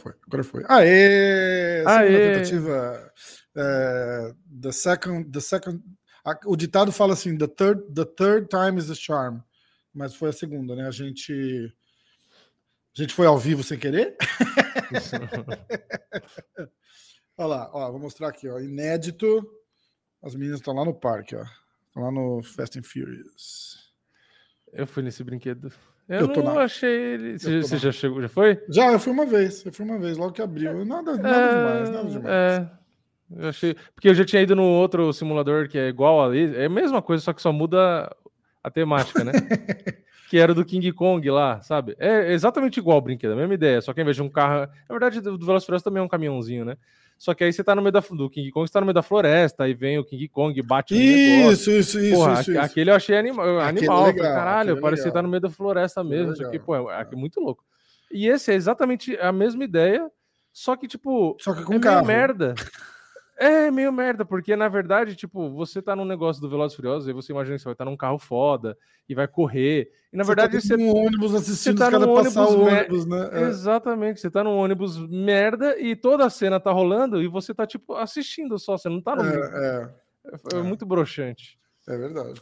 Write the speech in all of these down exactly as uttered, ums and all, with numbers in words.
foi, agora foi. Aê! Segunda Aê! tentativa. É, the second, the second. A, o ditado fala assim: the third, the third time is the charm. Mas foi a segunda, né? A gente. A gente foi ao vivo sem querer. Olha lá, ó, vou mostrar aqui, ó. Inédito. As meninas estão lá no parque, ó. Estão lá no Fast and Furious. Eu fui nesse brinquedo. Eu, Eu não tô na- achei ele. Você, eu tô você na- já chegou? Já foi? Já, eu fui uma vez. Eu fui uma vez, logo que abriu. Nada, nada demais, nada demais. É, eu achei. Porque eu já tinha ido no outro simulador que é igual ali. É a mesma coisa, só que só muda a temática, né? Que era do King Kong lá, sabe? É exatamente igual o brinquedo, a mesma ideia. Só que ao invés de um carro. Na verdade, do Velociraptor também é um caminhãozinho, né? Só que aí você tá no meio da, do King Kong, você tá no meio da floresta, aí vem o King Kong, bate no negócio. Isso, isso, isso, Porra, isso, aque- isso. aquele eu achei anima Aquele animal. é Eu falei, legal, caralho, aquele é parece que você tá legal. no meio da floresta Aquele é mesmo. Isso aqui, legal, pô, é, é. é muito louco. E esse é exatamente a mesma ideia, só que, tipo, Só que com é meio carro. merda. É meio merda, porque na verdade, tipo, você tá num negócio do Velozes e Furiosos, aí você imagina que você vai estar num carro foda e vai correr. E na Você verdade, tá você, num ônibus você assistindo tá os caras num passar ônibus o mer- ônibus, né? É, Exatamente, você tá num ônibus merda e toda a cena tá rolando e você tá, tipo, assistindo só, você não tá no. é, É, é muito broxante. é, é verdade.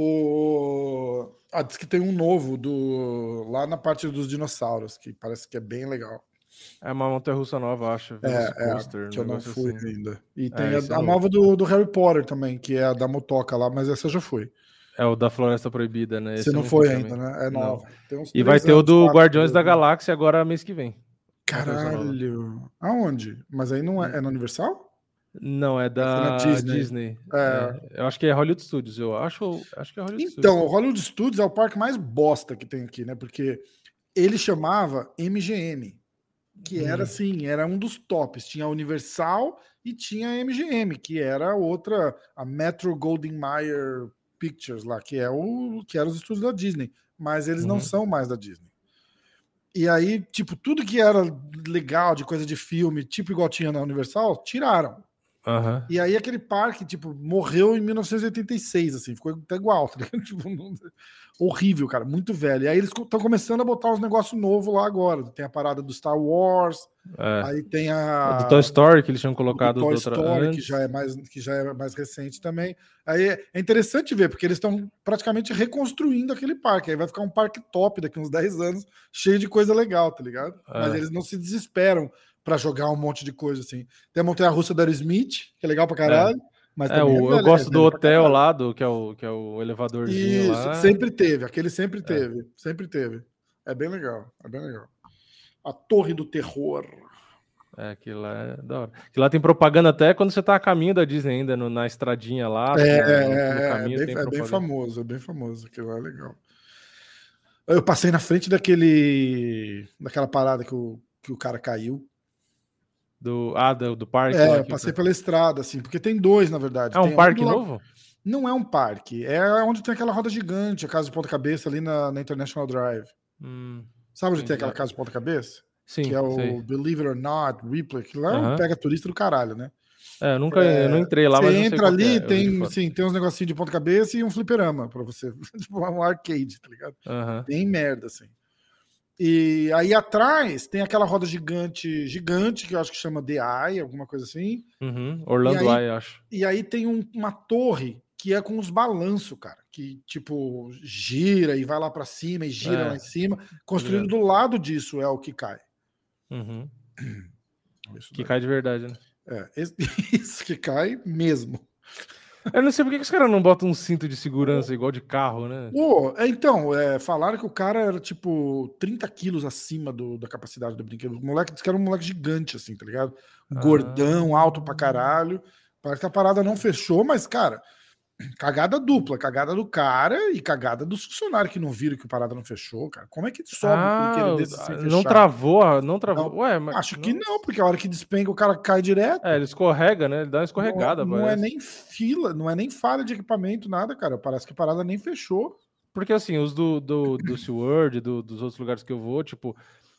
O... Ah, diz que tem um novo do... lá na parte dos dinossauros, que parece que é bem legal. É uma montanha-russa nova, acho. É, Velocicoaster, é, um que eu não negócio fui assim. ainda. E É, tem a, esse é a novo. nova do, do Harry Potter também, que é a da motoca lá, mas essa eu já fui. É o da Floresta Proibida, né? Você Esse eu não não foi fui ainda, também. né? É Não. nova. Tem uns E vai três ter o anos, do quatro, Guardiões da três anos. Galáxia agora mês que vem. Montanha-russa nova. Caralho! Aonde? Mas aí não é, é no Universal? Não, é Essa é na da Disney. Disney. É. É, eu acho que é Hollywood Studios, eu acho, acho que é Hollywood Então, o Studios. Hollywood Studios é o parque mais bosta que tem aqui, né? Porque ele chamava M G M, que era Hum. assim, era um dos tops. Tinha a Universal e tinha a M G M, que era outra, a Metro Goldwyn Mayer Pictures lá, que é o que era os estúdios da Disney, mas eles não Uhum. são mais da Disney. E aí, tipo, tudo que era legal de coisa de filme, tipo igual tinha na Universal, tiraram. Aham. E aí aquele parque, tipo, morreu em mil novecentos e oitenta e seis, assim, ficou até igual, tá ligado? Tipo, não- horrível, cara, muito velho. E aí eles estão começando a botar uns negócios novos lá agora. Tem a parada do Star Wars, É. aí tem O do a Toy Story que eles tinham do colocado Toy da outra Story, que antes. já é mais que já é mais recente também. Aí é interessante ver, porque eles estão praticamente reconstruindo aquele parque. Aí vai ficar um parque top daqui uns dez anos, cheio de coisa legal, tá ligado? É. Mas eles não se desesperam pra jogar um monte de coisa assim. Tem a montanha-russa da Aerosmith, que é legal pra caralho. Mas É, também é o, eu velha, gosto é do velha pra hotel caralho. lá, do, que, é o, que é o elevadorzinho Isso, lá. sempre teve. Aquele sempre teve. Sempre teve. É bem legal. É bem legal. A Torre do Terror. É, aquilo lá é da hora. Aquilo lá tem propaganda até quando você tá a caminho da Disney ainda, no- na estradinha lá, É, na- no, no é, é caminho bem, tem é bem propaganda. famoso, é bem famoso. Aquilo lá é legal. Eu passei na frente daquele. daquela parada que o, que o cara caiu. Do, ah, do, do parque É, lá. eu Que, passei pela estrada, assim, porque tem dois, na verdade. é um Tem um do parque lado- novo? Não é um parque, é onde tem aquela roda gigante, a casa de ponta-cabeça ali na, na International Drive. Hum, Sabe onde tem entendi. aquela casa de ponta-cabeça? Sim, Que é o sei. Believe It or Not, Ripley, que lá é um Aham. pega turista do caralho, né? É, eu nunca eu não entrei lá, Você mas eu sei entra qual que ali, é. Eu vi de tem, fora. assim, tem uns negocinhos de ponta-cabeça e um fliperama pra você. Tipo um arcade, tá ligado? Aham. Bem merda, assim. E aí atrás tem aquela roda gigante, gigante, que eu acho que chama The Eye, alguma coisa assim. Uhum. Orlando E aí- Eye, acho. E aí tem um- uma torre que é com os balanços, cara. Que, tipo, gira e vai lá pra cima e gira É, lá em cima. Construído ligado. do lado disso é o que cai. Uhum. Isso Que daí. cai de verdade, né? É, esse- isso que cai mesmo. Eu não sei por que que os caras não botam um cinto de segurança igual de carro, né? Pô, é, então, é, falaram que o cara era tipo trinta quilos acima do- da capacidade do brinquedo. O moleque disse que era um moleque gigante, assim, tá ligado? Gordão, Ah. alto pra caralho. Parece que a parada não fechou, mas, cara, cagada dupla, cagada do cara e cagada dos funcionários que não viram que a parada não fechou, cara. Como é que sobe um brinquedo Ah, desse sem não fechar? travou, não travou. Não, Ué, mas acho que não, porque a hora que despenga o cara cai direto. É, ele escorrega, né? Ele dá uma Não é, escorregada, não é parece. nem fila, não é nem falha de equipamento, nada, cara. Parece que a parada nem fechou. Porque assim, os do, do, do SeaWorld, do, dos outros lugares que eu vou, tipo,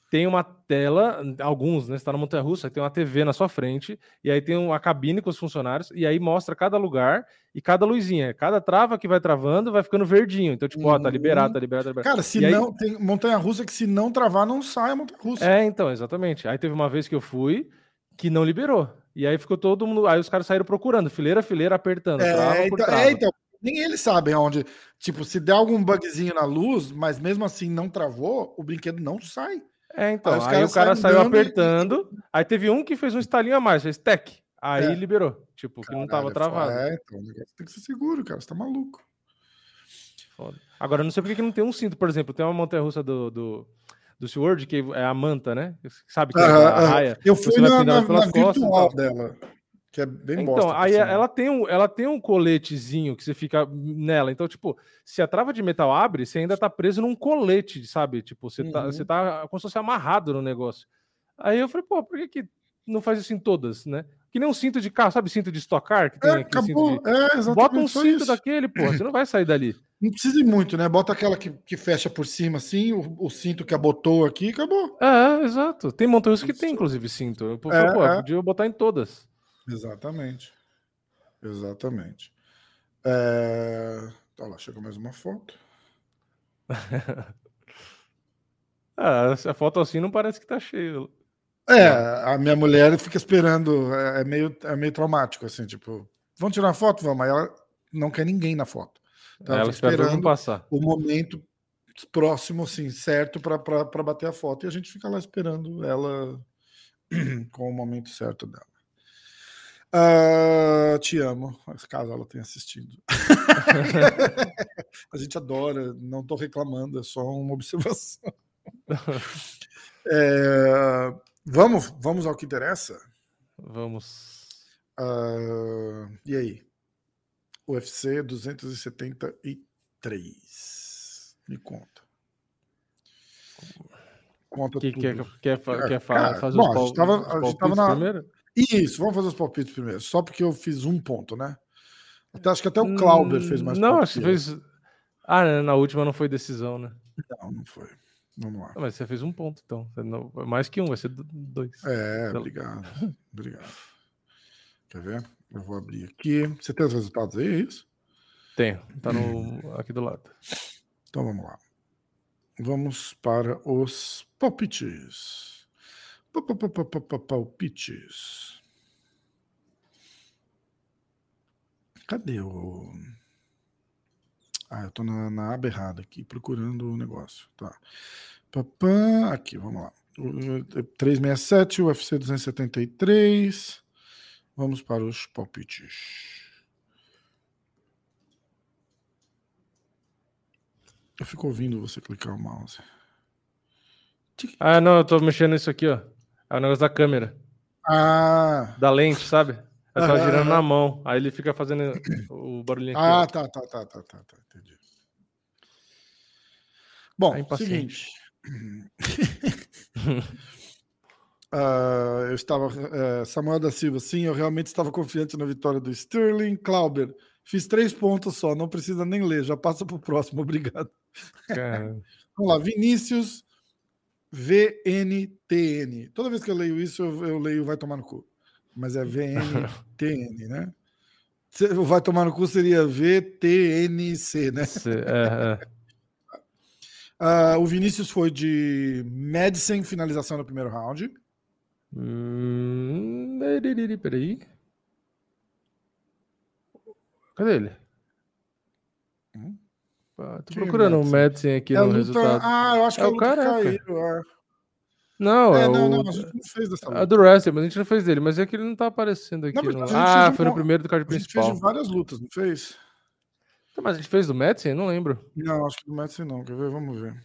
tem uma tela, alguns, né? Você tá na montanha-russa, tem uma T V na sua frente, e aí tem uma cabine com os funcionários, e aí mostra cada lugar e cada luzinha. Cada trava que vai travando vai ficando verdinho. Então, tipo, ó, tá liberado, tá liberado, tá liberado. Cara, se e aí... não, tem montanha-russa que se não travar, não sai a montanha-russa. É, então, exatamente. Aí teve uma vez que eu fui que não liberou. E aí ficou todo mundo. Aí os caras saíram procurando, fileira a fileira, apertando, É, trava por então, trava. é, então, nem eles sabem aonde. Tipo, se der algum bugzinho na luz, mas mesmo assim não travou, o brinquedo não sai. É, então. Aí os Aí, caras o cara saem saiu andando e- apertando. Aí teve um que fez um estalinho a mais, fez tec. Aí É. liberou. Tipo, que não tava Caralho, é travado. foda. É, então, o negócio tem que ser seguro, cara. Você tá maluco. Foda. Agora, eu não sei por que que não tem um cinto, por exemplo. Tem uma montanha-russa do, do, do SeaWorld, que é a manta, né? Sabe que é Aham, a aham. raia. Eu Você fui vai na, pendurado na, pelas na costas e virtual tal. dela, que é bem Então, bosta. por aí sinal. ela tem, um, ela tem um coletezinho que você fica nela. Então, tipo, se a trava de metal abre, você ainda tá preso num colete, sabe? Tipo, você tá, Uhum. você tá como se fosse amarrado no negócio. Aí eu falei, pô, por que, que não faz isso em todas, né? Que nem um cinto de carro, sabe cinto de Stock Car? Que É, tem aquele cinto acabou. de... É, Bota um exatamente só cinto isso. daquele, porra, você não vai sair dali. Não precisa ir muito, né? Bota aquela que, que fecha por cima assim, o, o cinto que abotou aqui, acabou. É, exato. Tem montanhas que tem, Isso. inclusive, cinto. Eu É, falei, pô, eu é. podia botar em todas. Exatamente. Exatamente. É... Olha lá, chegou mais uma foto. Ah, essa foto assim não parece que tá cheio. É, Lá. a minha mulher fica esperando, é, é meio, é meio traumático, assim, tipo, vamos tirar uma foto? Vamos, aí ela não quer ninguém na foto. Então ela Ela fica espera todo mundo esperando passar. o momento próximo, assim, certo, para bater a foto, e a gente fica lá esperando ela com o momento certo dela. Uh, te amo, caso ela tenha assistido. A gente adora, não estou reclamando, é só uma observação. É, vamos, vamos ao que interessa? Vamos. Uh, e aí? U F C duzentos e setenta e três. Me conta. Conta que, tudo. Quer, quer, quer, quer Cara, fazer bom, os, pal, a gente tava, os a gente palpites tava na... primeiro? Isso, vamos fazer os palpites primeiro. Só porque eu fiz um ponto, né? Até, acho que até o Clauber fez mais Não, pontos acho que que eu. fez. Ah, na última não foi decisão, né? Não, não foi. Vamos lá. Ah, mas você fez um ponto, então. Não, mais que um, vai ser dois. É, obrigado. Obrigado. Quer ver? Eu vou abrir aqui. Você tem os resultados aí, é isso? Tenho, tá no, aqui do lado. Então vamos lá. Vamos para os palpites. Palpites. Cadê o... Ah, eu tô na, na aba errada aqui, procurando o negócio. Tá. Papã, aqui, vamos lá. trezentos e sessenta e sete, U F C duzentos e setenta e três. Vamos para os palpites. Eu fico ouvindo você clicar o mouse. Ah, não, eu tô mexendo nisso aqui, ó. É o negócio da câmera. Ah! Da lente, sabe? Eu tava Aham, girando aham. na mão. Aí ele fica fazendo o barulhinho aqui. Ah, ó. tá, tá, tá, tá, tá, tá, entendi. É Bom, impaciente. seguinte. Uh, eu estava. Uh, Samuel da Silva, sim, eu realmente estava confiante na vitória do Sterling. Clauber, fiz três pontos só, não precisa nem ler, já passa para o próximo, obrigado. Cara. Vamos lá, Vinícius V N T N. Toda vez que eu leio isso, eu, eu leio vai tomar no cu. Mas é V N T N, né? O vai tomar no cu seria V T N C, né? Se, é, é. Uh, o Vinícius foi de Madison, finalização no primeiro round. Hum, peraí. Cadê ele? Hum? Ah, tô Quem é procurando o Madison? Madison aqui É a no luta... resultado. Ah, eu acho que É é a o luta que caraca. caiu. É, Não, é, é não, o... não, a gente não fez dessa A luta. do wrestling, mas a gente não fez dele. Mas é que ele não tá aparecendo aqui. Na No... verdade, a gente Ah, fez foi no uma... primeiro do card A gente fez principal. de várias lutas, não fez? Tá, mas a gente fez do Madison? Não lembro. Não, acho que do Madison não. Quer ver? Vamos ver.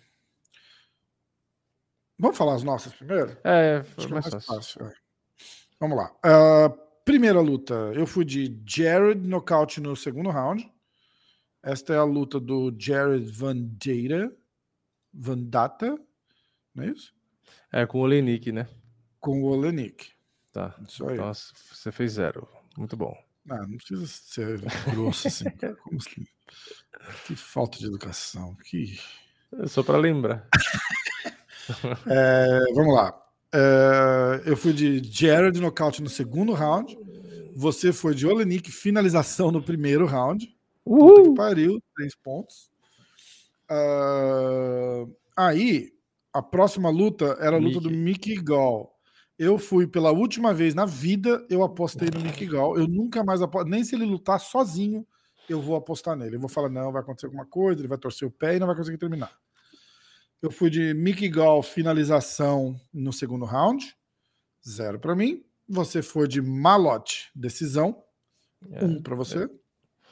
Vamos falar as nossas primeiro? É, foi Acho que é mais mais fácil. fácil. É. Vamos lá. Uh, primeira luta, eu fui de Jared nocaute no segundo round. Esta é a luta do Jared Vandata. Vandata, não é isso? É, com o Olenik, né? Com o Olenik. Tá. Isso aí. Então você fez zero. Muito bom. Ah, não precisa ser grosso assim, cara. Como assim? Que falta de educação. Que... Só pra lembrar. É, vamos lá. É, eu fui de Jared nocaute no segundo round. Você foi de Olenik finalização no primeiro round. Uhul. Puta que pariu, três pontos. Uh, aí, a próxima luta era a luta Mickey. do Mickey Gall. Eu fui pela última vez na vida, eu apostei no Mickey Gall. Eu nunca mais aposto, nem se ele lutar sozinho, eu vou apostar nele. Eu vou falar, não, vai acontecer alguma coisa, ele vai torcer o pé e não vai conseguir terminar. Eu fui de Mickey Gall finalização no segundo round, zero para mim. Você foi de Malote decisão, é, um para você. É.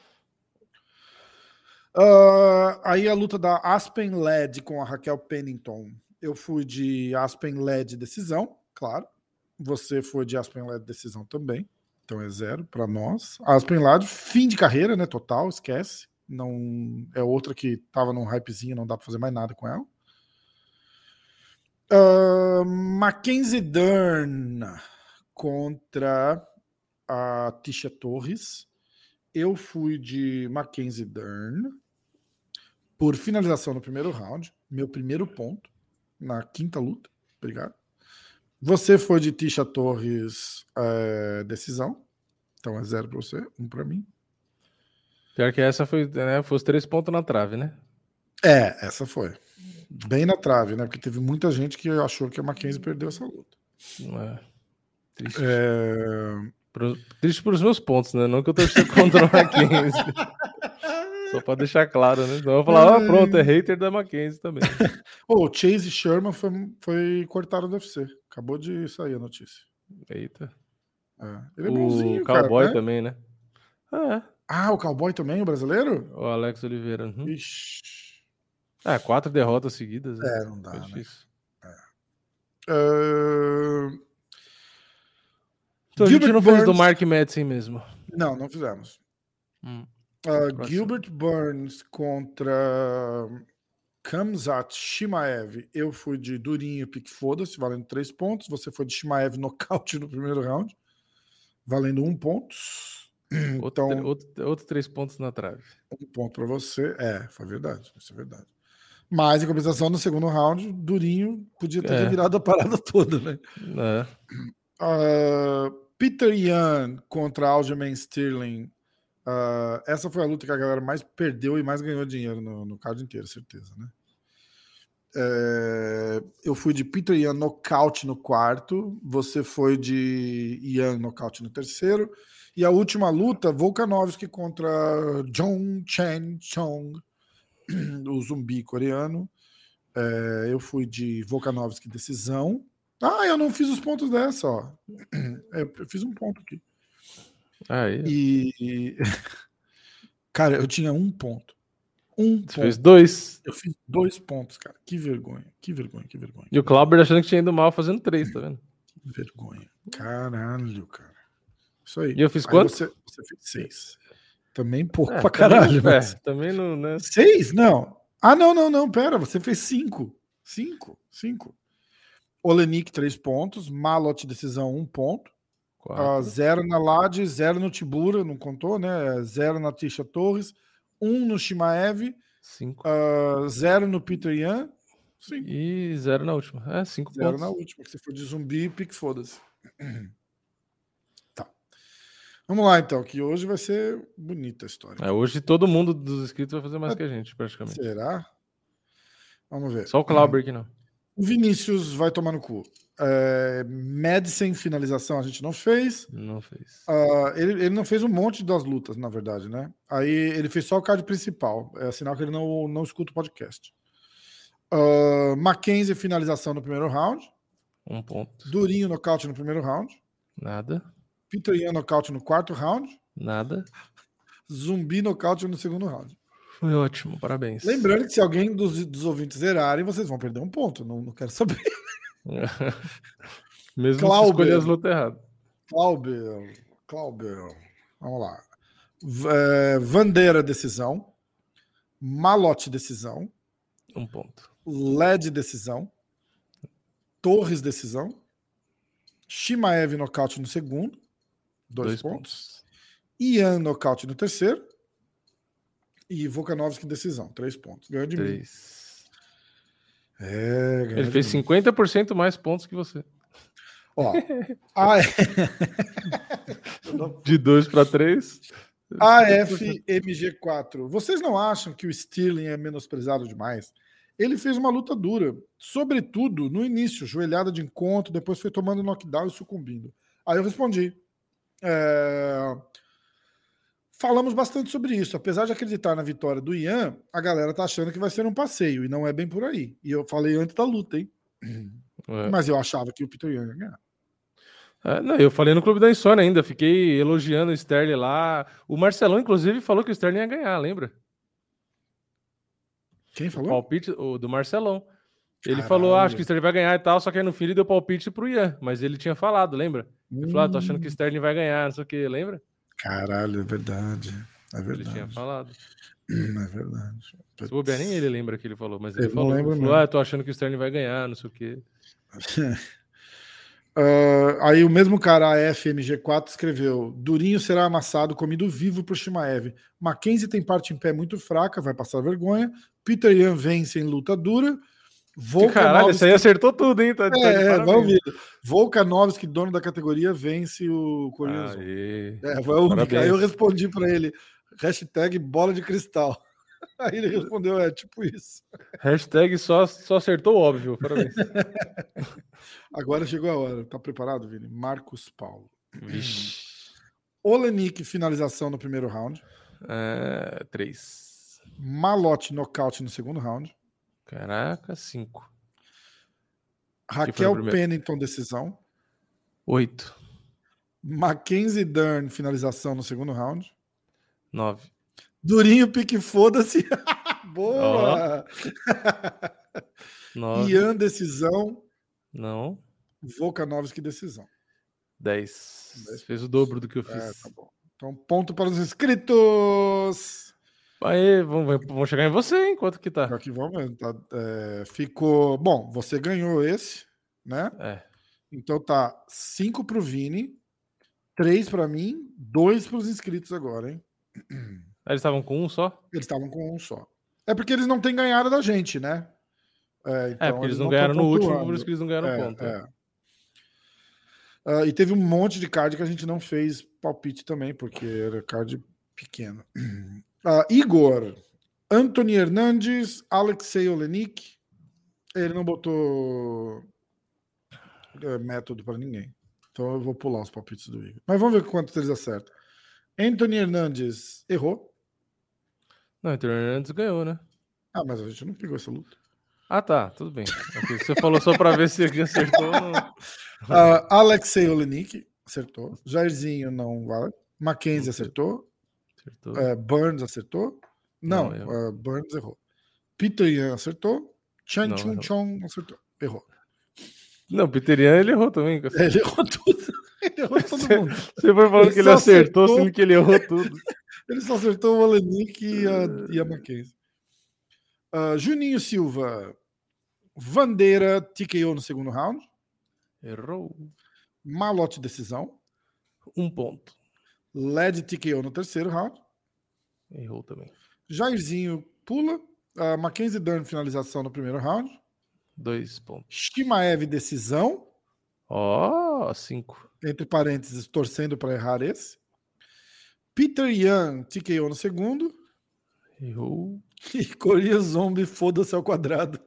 Uh, aí a luta da Aspen Ladd com a Raquel Pennington. Eu fui de Aspen Ladd decisão, claro. Você foi de Aspen Ladd decisão também. Então é zero para nós. Aspen Ladd, fim de carreira, né? Total, esquece. Não é outra que tava num hypezinho, não dá para fazer mais nada com ela. Uh, Mackenzie Dern contra a Tisha Torres. Eu fui de Mackenzie Dern por finalização no primeiro round, meu primeiro ponto na quinta luta. Obrigado. Você foi de Tisha Torres é, decisão, então é zero para você, um para mim. Pior que essa foi, né? Foi os três pontos na trave, né? É, essa foi. Bem na trave, né? Porque teve muita gente que achou que a Mackenzie perdeu essa luta. É. Triste. É... Pro, triste para os meus pontos, né? Não que eu torci contra a Mackenzie. Só para deixar claro, né? Então eu vou falar, ó, oh, pronto, é hater da Mackenzie também. O oh, Chase Sherman foi, foi cortado do U F C. Acabou de sair a notícia. Eita. É. Ele é o bonzinho, Cowboy cara, né? também, né? Ah, ah, o Cowboy também, o brasileiro? O Alex Oliveira. Uhum. Ixi. Ah, quatro derrotas seguidas. Né? É, não dá, é né? É. Uh... Então Gilbert a gente não Burns... fez do Mark Madsen mesmo. Não, não fizemos. Hum. Uh, Gilbert Burns contra Khamzat Chimaev. Eu fui de Durinho pique foda-se, valendo três pontos. Você foi de Chimaev nocaute no primeiro round, valendo um ponto. Outro, então, outro, outro três pontos na trave. Um ponto para você. É, foi verdade. Isso é verdade. Mas, em compensação, no segundo round, Durinho podia ter é. revirado a parada toda, né? É. Uh, Peter Yan contra Aljamain Sterling. Uh, essa foi a luta que a galera mais perdeu e mais ganhou dinheiro no, no card inteiro, certeza, né? É, eu fui de Peter Yan nocaute no quarto, você foi de Yan nocaute no terceiro, e a última luta, Volkanovski contra Jong Chen Chong, o zumbi coreano. É, eu fui de Volkanovski decisão. Ah, eu não fiz os pontos dessa, ó. Eu fiz um ponto aqui. Aí. E cara, eu tinha um ponto. Um Você fez dois. Eu fiz dois pontos, cara. Que vergonha, que vergonha, que vergonha. E o Clauber achando que tinha ido mal fazendo três, tá vendo? Que vergonha. Caralho, cara. Isso aí. E eu fiz aí quanto? Você, você fez seis. Também pouco é, pra caralho. Também, mas... é, também não, né? Seis? Não. Ah, não, não, não. Pera, você fez cinco. Cinco. Cinco. Olenik, três pontos. Malot, decisão, um ponto. Uh, zero na Lade, zero no Tibura, não contou, né? Zero na Tisha Torres, um no Chimaev, cinco. Uh, zero no Peter Yan. Cinco. E zero na última. É, cinco zero pontos. na última, que você for de zumbi e pique foda-se. Tá. Vamos lá, então, que hoje vai ser bonita a história. É, hoje todo mundo dos inscritos vai fazer mais é, que a gente, praticamente. Será? Vamos ver. Só o Clauber que não. O Vinícius vai tomar no cu. É, Madsen, finalização, a gente não fez. Não fez. Uh, ele, ele não fez um monte das lutas, na verdade, né? Aí ele fez só o card principal. É sinal que ele não, não escuta o podcast. Uh, Mackenzie, finalização no primeiro round. Um ponto. Durinho, nocaute no primeiro round. Nada. Peter Yan, nocaute no quarto round. Nada. Zumbi, nocaute no segundo round. Foi ótimo, parabéns. Lembrando que se alguém dos, dos ouvintes zerarem, vocês vão perder um ponto. Não, não quero saber. Mesmo Clauber, se escolher as lutas erradas. Clauber, Clauber. Vamos lá. É, Vandeira, decisão. Malote, decisão. Um ponto. L E D, decisão. Torres, decisão. Chimaev, nocaute no segundo. Dois, Dois pontos. pontos. Yan, nocaute no terceiro. E Volkanovski, decisão. Três pontos. Ganhou de Três. mim. É, Ele fez cinquenta por cento mais pontos que você. Ó, a... de dois para três. A F M G quatro. Vocês não acham que o Sterling é menosprezado demais? Ele fez uma luta dura, sobretudo no início, joelhada de encontro, depois foi tomando knockdown e sucumbindo. Aí eu respondi. É... Falamos bastante sobre isso. Apesar de acreditar na vitória do Ian, a galera tá achando que vai ser um passeio, e não é bem por aí. E eu falei antes da luta, hein? É. Mas eu achava que o Peter Ian ia ganhar. É, não, eu falei no Clube da Insônia ainda, fiquei elogiando o Sterling lá. O Marcelão, inclusive, falou que o Sterling ia ganhar, lembra? Quem falou? O palpite o do Marcelão. Ele Caralho. falou, ah, acho que o Sterling vai ganhar e tal, só que aí no fim ele deu palpite pro Ian, mas ele tinha falado, lembra? Ele hum. falou, ah, tô achando que o Sterling vai ganhar, não sei o que, lembra? Caralho, é verdade. É verdade. Ele tinha falado. É verdade. Se bobear, nem ele lembra que ele falou, mas ele eu falou, não lembro, ele falou ah, tô achando que o Sterling vai ganhar, não sei o que. Uh, aí o mesmo cara, a F M G quatro, escreveu: Durinho será amassado, comido vivo por Shimaev. Mackenzie tem parte em pé muito fraca, vai passar vergonha. Peter Yan vence em luta dura. Volkanovski... Caralho, esse aí acertou tudo, hein? Tá, é, tá é vamos ver. Volkanovski, dono da categoria, vence o Corizon. É, foi a única. Aí eu respondi para ele: hashtag bola de cristal. Aí ele respondeu: é tipo isso. Hashtag só, só acertou o óbvio. Parabéns. Agora chegou a hora. Tá preparado, Vini? Marcos Paulo. Vixe. Olenik, finalização no primeiro round. É, três. Malote, nocaute no segundo round. Caraca, cinco. Raquel Pennington, decisão. Oito. Mackenzie Dern, finalização no segundo round. Nove. Durinho, pique, foda-se. Boa! Oh. Ian, decisão. Não. Volkanovski, decisão. Dez. Dez. Fez o dobro do que eu fiz. É, tá bom. Então, ponto para os inscritos. Aí, vamos, vamos chegar em você, hein? Quanto que tá? Aqui vamos, tá, é, ficou... Bom, você ganhou esse, né? É. Então tá cinco pro Vini, três para mim, dois para os inscritos agora, hein? Eles estavam com um só? Eles estavam com um só. É porque eles não têm ganhado da gente, né? É, então, é porque eles, eles não, não ganharam no último, por isso que eles não ganharam é, ponto. É. Uh, e teve um monte de card que a gente não fez palpite também, porque era card pequeno. Uh, Igor, Anthony Hernandes, Alexei Olenik. Ele não botou uh, método para ninguém. Então eu vou pular os palpites do Igor. Mas vamos ver quantos eles acertam. Anthony Hernandes errou. Não, Anthony Hernandes ganhou, né? Ah, mas a gente não pegou essa luta. Ah, tá. Tudo bem. Você falou só para ver se acertou. Não... uh, Alexei Olenik acertou. Jairzinho não vale. Mackenzie acertou. Acertou. Uh, Burns acertou. Não, não uh, Burns errou. Peter Yan acertou. Chan Chun Chong acertou. Errou. Não, Peter Yan ele errou também. Ele errou tudo. Ele errou todo você, mundo. Você foi falando ele que ele acertou, acertou, sendo que ele errou tudo. Ele só acertou o Olenik e a, e a Mackenzie. Uh, Juninho Silva. Vandeira, T K O no segundo round. Errou. Malote, decisão. Um ponto. L E D, T K O no terceiro round. Errou também. Jairzinho pula. Uh, Mackenzie Dern, finalização no primeiro round. Dois pontos. Shimaev, decisão. Ó, oh, cinco. Entre parênteses, torcendo para errar esse. Peter Yan, T K O no segundo. Errou. E Coreia Zombie, foda-se ao quadrado.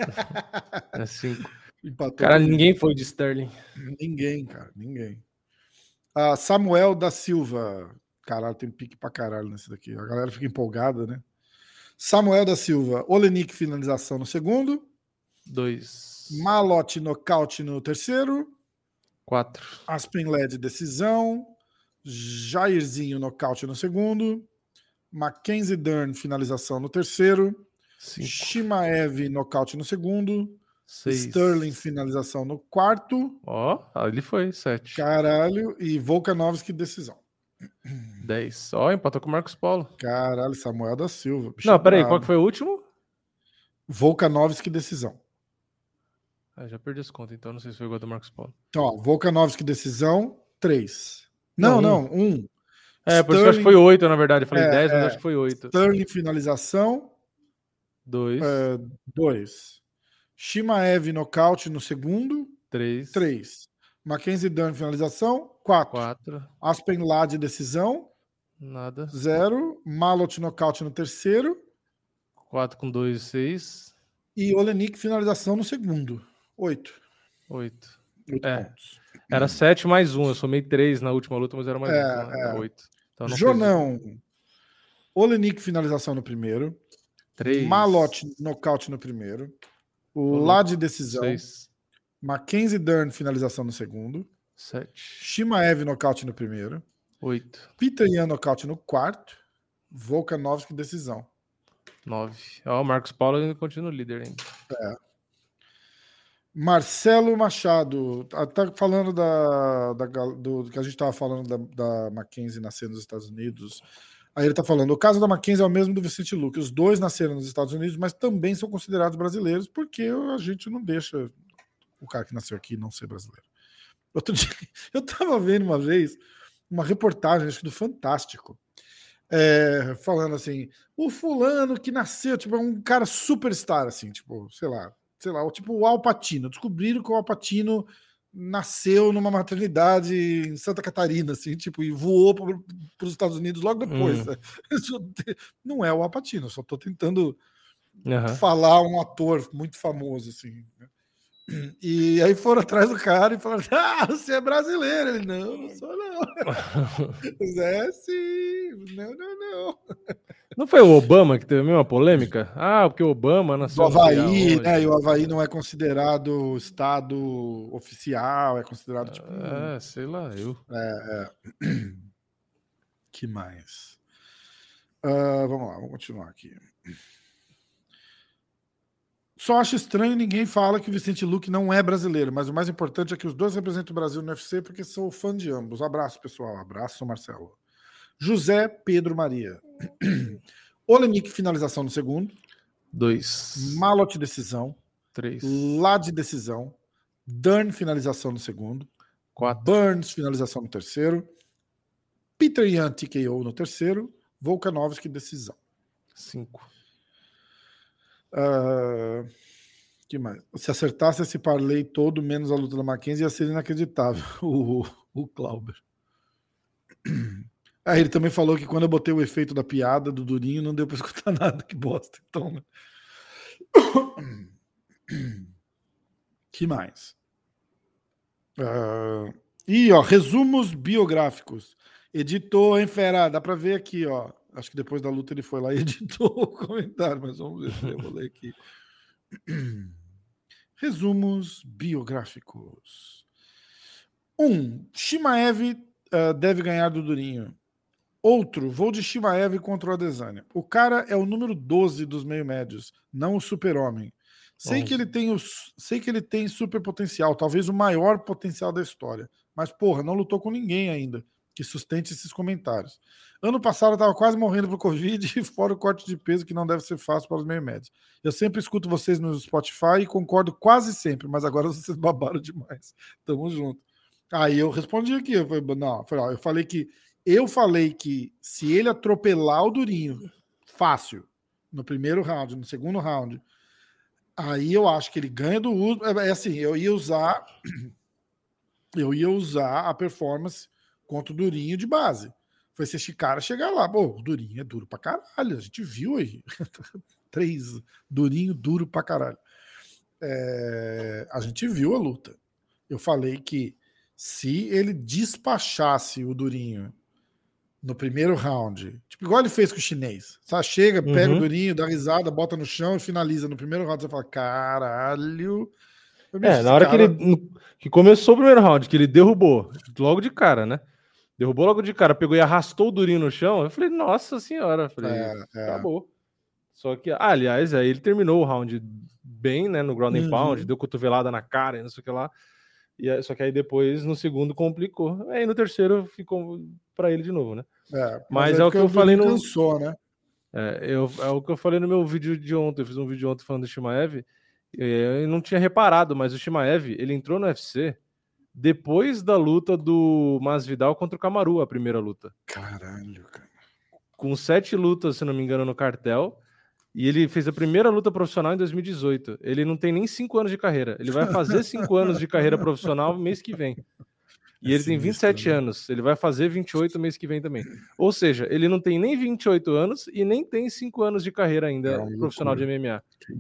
É cinco. Empatou. Cara, ninguém foi de Sterling. Ninguém, cara, ninguém. Uh, Samuel da Silva. Caralho, tem pique pra caralho nesse daqui. A galera fica empolgada, né? Samuel da Silva. Olenik, finalização no segundo. Dois. Malote, nocaute no terceiro. Quatro. Aspen L E D, decisão. Jairzinho, nocaute no segundo. Mackenzie Dern, finalização no terceiro. Cinco. Shimaev, nocaute no segundo. Seis. Sterling, finalização no quarto. Ó, oh, ali foi, sete. Caralho. E Volkanovski, decisão. Dez. Ó, oh, empatou com o Marcos Paulo. Caralho, Samuel da Silva. Não, peraí, bravo. Qual que foi o último? Volkanovski, decisão. Ah, já perdi as contas, então não sei se foi igual do Marcos Paulo. Então, ó, Volkanovski, decisão, três. Não, não, um. um. É, por isso que eu acho que foi oito, na verdade. Eu falei dez, é, mas acho que foi oito. Sterling, finalização. Dois. É, dois. Shimaev nocaute no segundo. três. três. Mackenzie Dern finalização. quatro. quatro. Aspen Ladd decisão. Nada. zero. Malott nocaute no terceiro. quatro com dois, seis. E Olenik finalização no segundo. oito. oito. oito É. pontos. Era sete mais um. Eu somei três na última luta, mas era mais É, um. Então é. oito. Então não Jonão. Olenik finalização no primeiro. três. Malott nocaute no primeiro. Ô, Ladd decisão. seis. Mackenzie Dern finalização no segundo. sete. Shimaev nocaute no primeiro. oito. Peter Yan nocaute no quarto. Volkanovski decisão. nove. Ó, o Marcos Paulo ainda continua líder ainda. É. Marcelo Machado. Tá falando da, da do que a gente estava falando da, da Mackenzie nascer nos Estados Unidos. Aí ele tá falando, o caso da Mackenzie é o mesmo do Vicente Luque. Os dois nasceram nos Estados Unidos, mas também são considerados brasileiros, porque a gente não deixa o cara que nasceu aqui não ser brasileiro. Outro dia, eu tava vendo uma vez uma reportagem, acho que do Fantástico, é, falando assim, o fulano que nasceu, tipo, é um cara superstar, assim, tipo, sei lá, sei lá, tipo o Al Pacino. Descobriram que o Al Pacino nasceu numa maternidade em Santa Catarina, assim, tipo, e voou para os Estados Unidos logo depois. Hum. Né? Não é o Al Pacino, só tô tentando Uhum. falar um ator muito famoso, assim. E aí foram atrás do cara e falaram, ah, você é brasileiro. Ele, não, não sou não. É sim, não, não, não. Não foi o Obama que teve a mesma polêmica? Ah, porque o Obama nasceu do Havaí, né? E o Havaí não é considerado estado oficial, é considerado tipo. É, sei lá, eu. É, é. Que mais? Uh, vamos lá, vamos continuar aqui. Só acho estranho ninguém fala que o Vicente Luque não é brasileiro, mas o mais importante é que os dois representam o Brasil no U F C porque sou fã de ambos. Abraço, pessoal. Abraço, Marcelo. José Pedro Maria. Olenik, finalização no segundo. Dois. Malott, decisão. Três. Ladd, decisão. Dern, finalização no segundo. Quatro. Burns, finalização no terceiro. Peter Yan, T K O no terceiro. Volkanovski, decisão. Cinco. Uh, que mais? Se acertasse esse parlay todo, menos a luta da Mackenzie, ia ser inacreditável. O, o Clauber. Aí ele também falou que quando eu botei o efeito da piada do Durinho, não deu pra escutar nada, que bosta. Então, né? Que mais? Uh, e ó, resumos biográficos. Editou, hein, fera? Dá pra ver aqui, ó. Acho que depois da luta ele foi lá e editou o comentário, mas vamos ver se eu vou ler aqui. Resumos biográficos. Um, Shimaev uh, deve ganhar do Durinho. Outro, vou de Shimaev contra o Adesanya. O cara é o número doze dos meio-médios, não o super-homem. Sei que, ele tem o, sei que ele tem super potencial, talvez o maior potencial da história. Mas, porra, não lutou com ninguém ainda que sustente esses comentários. Ano passado eu tava quase morrendo pro Covid e fora o corte de peso que não deve ser fácil para os meio-médios. Eu sempre escuto vocês no Spotify e concordo quase sempre, mas agora vocês babaram demais. Tamo junto. Aí eu respondi aqui, eu falei, não, eu falei, ó, eu falei que eu falei que se ele atropelar o Durinho fácil no primeiro round, no segundo round, aí eu acho que ele ganha do uso. É assim, eu ia usar eu ia usar a performance contra o Durinho de base. Foi se esse cara chegar lá. Pô, o Durinho é duro pra caralho. A gente viu aí. Três Durinho duro pra caralho. É, a gente viu a luta. Eu falei que se ele despachasse o Durinho no primeiro round, tipo igual ele fez com o chinês, sabe? Chega, pega uhum. o Durinho, dá risada, bota no chão e finaliza. No primeiro round você fala, caralho. É, na hora cara... que ele que começou o primeiro round, que ele derrubou logo de cara, né? Derrubou logo de cara, pegou e arrastou o Durinho no chão. Eu falei, nossa senhora, eu falei, é, é. acabou. Só que, ah, aliás, aí ele terminou o round bem, né, no ground and pound, uhum. deu cotovelada na cara e não sei o que lá. E, só que aí depois, no segundo, complicou. Aí no terceiro ficou pra ele de novo, né? É, mas, mas é, é o que eu falei no... Cansou, né? É, eu, é o que eu falei no meu vídeo de ontem. Eu fiz um vídeo ontem falando do Shimaev. Eu não tinha reparado, mas o Shimaev, ele entrou no U F C depois da luta do Masvidal contra o Kamaru, a primeira luta. Caralho, cara. Com sete lutas, se não me engano, no cartel. E ele fez a primeira luta profissional em dois mil e dezoito. Ele não tem nem cinco anos de carreira. Ele vai fazer cinco anos de carreira profissional mês que vem. E é ele sinistro, tem vinte e sete né? anos. Ele vai fazer vinte e oito mês que vem também. Ou seja, ele não tem nem vinte e oito anos e nem tem cinco anos de carreira ainda é profissional loucura. de M M A.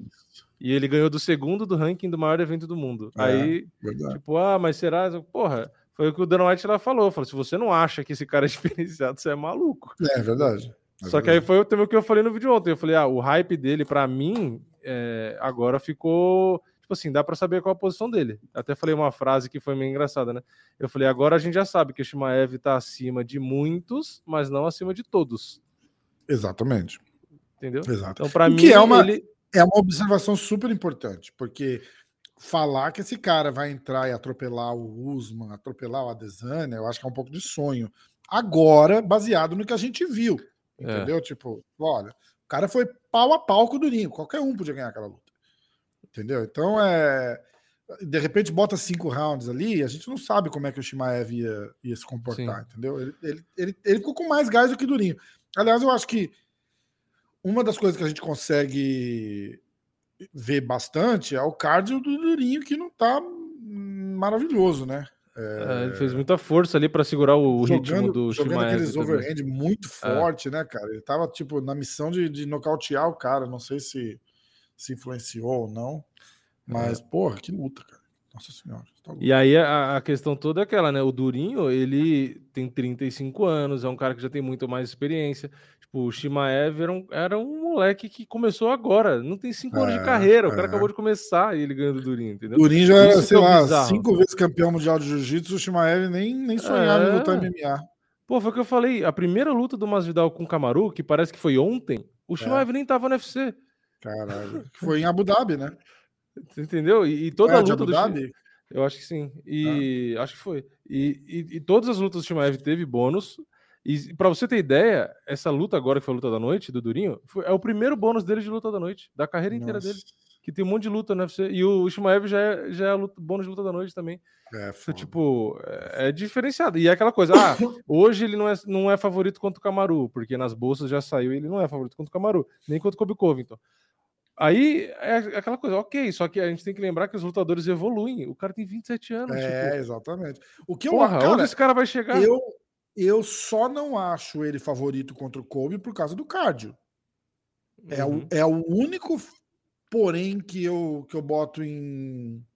E ele ganhou do segundo do ranking do maior evento do mundo. É, Aí, verdade. tipo, ah, mas será? Porra, foi o que o Dana White lá falou. Falou, se você não acha que esse cara é diferenciado, você é maluco. É verdade. É Só verdade. que aí foi também o que eu falei no vídeo ontem. Eu falei, ah, o hype dele, pra mim, é, agora ficou... Tipo assim, dá pra saber qual a posição dele. Até falei uma frase que foi meio engraçada, né? Eu falei, agora a gente já sabe que o Chimaev tá acima de muitos, mas não acima de todos. Exatamente. Entendeu? Exato. Então, pra o mim, que é uma, ele... é uma observação super importante, porque falar que esse cara vai entrar e atropelar o Usman, atropelar o Adesanya, eu acho que é um pouco de sonho. Agora, baseado no que a gente viu. Entendeu? É. Tipo, olha, o cara foi pau a pau com o Durinho. Qualquer um podia ganhar aquela luta. Entendeu? Então, é... de repente, bota cinco rounds ali, a gente não sabe como é que o Chimaev ia, ia se comportar, Sim. entendeu? Ele, ele, ele, ele ficou com mais gás do que o Durinho. Aliás, eu acho que uma das coisas que a gente consegue ver bastante é o cardio do Durinho, que não tá maravilhoso, né? É... É, ele fez muita força ali para segurar o jogando, ritmo do jogando Chimaev aqueles também. overhand muito forte, é. né, cara? Ele tava, tipo, na missão de, de nocautear o cara, não sei se se influenciou ou não, mas, é. porra, que luta, cara. Nossa senhora. Tá e aí a, a questão toda é aquela, né? O Durinho, ele tem trinta e cinco anos, é um cara que já tem muito mais experiência. Tipo, o Chimaev era um, era um moleque que começou agora, não tem cinco é, anos de carreira, o cara é. acabou de começar e ele ganhando do Durinho, entendeu? Durinho já era, sei lá, bizarro. cinco vezes campeão mundial de jiu-jitsu, o Chimaev nem, nem sonhava é. em lutar em M M A. Pô, foi o que eu falei, a primeira luta do Masvidal com o Kamaru, que parece que foi ontem, o Chimaev é. nem tava no U F C. Caralho. Foi em Abu Dhabi, né? Entendeu? E, e toda é a luta Abu do Dhabi? Eu acho que sim. E ah. acho que foi. E, e, e todas as lutas do Chimaev teve bônus. E pra você ter ideia, essa luta agora, que foi a luta da noite, do Durinho, foi, é o primeiro bônus dele de luta da noite, da carreira inteira Nossa. dele. Que tem um monte de luta no U F C. E o Chimaev já é, já é a luta, bônus de luta da noite também. É, então, tipo, é, é diferenciado. E é aquela coisa, ah, hoje ele não é, não é favorito contra o Kamaru, porque nas bolsas já saiu e ele não é favorito contra o Kamaru, nem contra o Colby Covington. Aí é aquela coisa, ok, só que a gente tem que lembrar que os lutadores evoluem. O cara tem vinte e sete anos. É, tipo, exatamente. O que porra, eu, cara, onde esse cara vai chegar? Eu, eu só não acho ele favorito contra o Colby por causa do cardio. Uhum. É, o, é o único porém que eu, que eu boto em,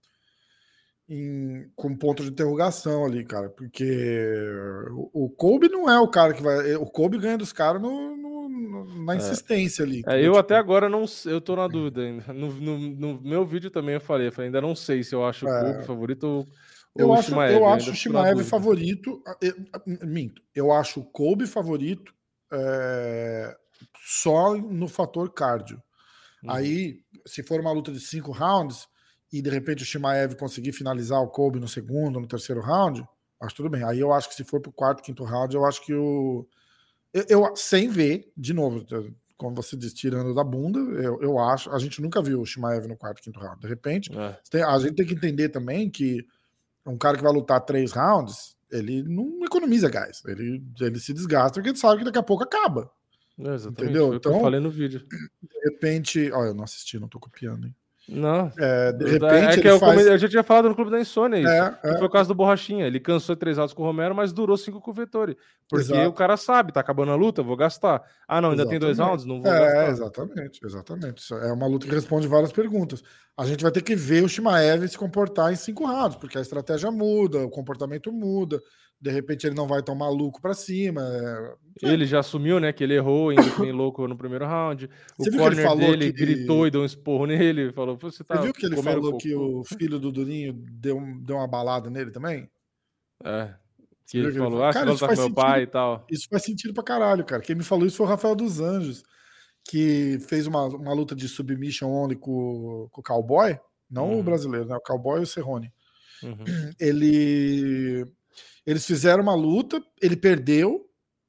em com ponto de interrogação ali, cara, porque o, o Colby não é o cara que vai... O Colby ganha dos caras no, no, no, na insistência é. ali. É, eu tipo... até agora não eu tô na dúvida ainda. No, no, no meu vídeo também eu falei, eu falei, ainda não sei se eu acho o Colby é. favorito ou, ou eu o acho, Chimaev. Eu acho o Chimaev favorito. Eu, minto, eu acho o Colby favorito é, só no fator cardio. Uhum. Aí, se for uma luta de cinco rounds e de repente o Chimaev conseguir finalizar o Colby no segundo, no terceiro round, acho tudo bem. Aí eu acho que se for pro quarto, quinto round, eu acho que o... Eu, eu sem ver, de novo, como você diz, tirando da bunda, eu, eu acho... A gente nunca viu o Chimaev no quarto, quinto round. De repente, é. tem, a gente tem que entender também que um cara que vai lutar três rounds, ele não economiza gás. Ele, ele se desgasta porque ele sabe que daqui a pouco acaba. É, exatamente, entendeu? Foi então, o que eu falei no vídeo. De repente... Olha, eu não assisti, não tô copiando, hein? Não. É, de repente é que ele eu, faz... eu já tinha falado no Clube da Insônia isso. É, que é. Foi o caso do Borrachinha. Ele cansou de três rounds com o Romero, mas durou cinco com o Vettori. Porque Exato. o cara sabe, tá acabando a luta, vou gastar. Ah, não, ainda exatamente. tem dois rounds? Não vou é, gastar. Exatamente, exatamente. É uma luta que responde várias perguntas. A gente vai ter que ver o Chimaev se comportar em cinco rounds, porque a estratégia muda, o comportamento muda. De repente ele não vai tão maluco pra cima. É... Ele já assumiu, né, que ele errou, indo que nem louco no primeiro round. O você corner viu que ele falou dele que... gritou e deu um esporro nele. Falou, você tá Você viu que ele falou cocô? que o filho do Durinho deu, deu uma balada nele também? É. Que ele falou, ah, você vai com meu pai e tal. Isso faz sentido pra caralho, cara. Quem me falou isso foi o Rafael dos Anjos, que fez uma, uma luta de submission only com, com o Cowboy. Não uhum. o brasileiro, né? O Cowboy e o Cerrone. Uhum. Ele... Eles fizeram uma luta, ele perdeu,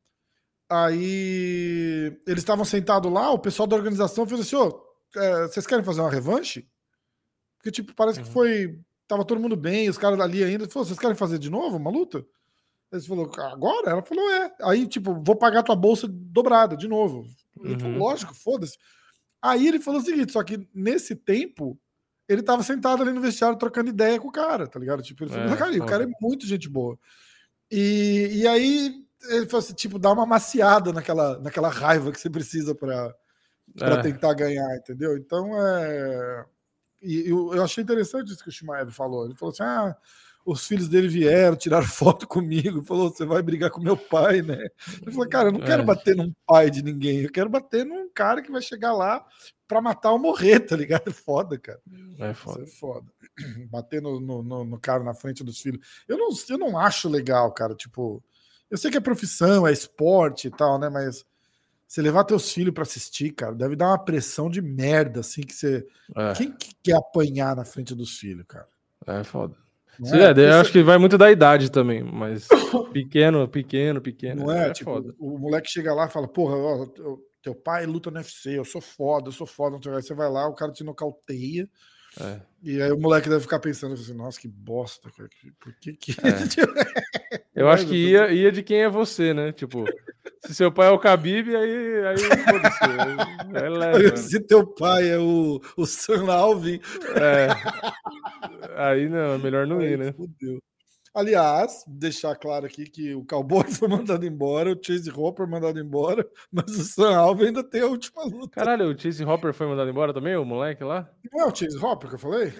aí eles estavam sentados lá, o pessoal da organização fez assim, ô, é, vocês querem fazer uma revanche? Porque, tipo, parece uhum. que foi... Tava todo mundo bem, os caras ali ainda, falou, vocês querem fazer de novo uma luta? Eles falaram, agora? Ela falou, é. Aí, tipo, vou pagar tua bolsa dobrada, de novo. Ele falou, uhum. lógico, foda-se. Aí ele falou o seguinte, só que nesse tempo, ele tava sentado ali no vestiário trocando ideia com o cara, tá ligado? Tipo, ele falou, É, cara, o foda. cara é muito gente boa. E, e aí ele falou assim, tipo, dá uma maciada naquela, naquela raiva que você precisa pra, pra É. tentar ganhar, entendeu? Então, é... E eu, eu achei interessante isso que o Shimaev falou. Ele falou assim, ah, os filhos dele vieram, tiraram foto comigo, falou, você vai brigar com meu pai, né? Ele falou, cara, eu não quero É. bater num pai de ninguém, eu quero bater num cara que vai chegar lá pra matar ou morrer, tá ligado? É foda, cara. É foda. Isso é foda. Bater no, no, no, no cara na frente dos filhos. Eu não, eu não acho legal, cara, tipo... Eu sei que é profissão, é esporte e tal, né, mas você levar teus filhos pra assistir, cara, deve dar uma pressão de merda, assim, que você... É. Quem que quer apanhar na frente dos filhos, cara? É foda. Não Sim, é? é, Porque eu acho você- que vai muito da idade também, mas pequeno, pequeno, pequeno, Não é? é Tipo, foda. o moleque chega lá e fala, porra, ó, teu- teu pai luta no U F C, eu sou foda, eu sou foda. Não sei o que. Aí você vai lá, o cara te nocauteia, É. e aí o moleque deve ficar pensando assim, nossa, que bosta, cara. que- Por que que... É. Eu Não é, acho que ia, ia de quem é você, né? Tipo, se seu pai é o Khabib, aí, aí foda-se. Aí, aí leva. Se teu pai é o, o Sam Alvin, É. Aí não, é melhor não aí ir, né? fudeu. Aliás, deixar claro aqui que o Cowboy foi mandado embora, o Chase Hopper mandado embora, mas o Sam Alvin ainda tem a última luta. Caralho, o Chase Hopper foi mandado embora também, o moleque lá? Não é o Chase Hopper que eu falei?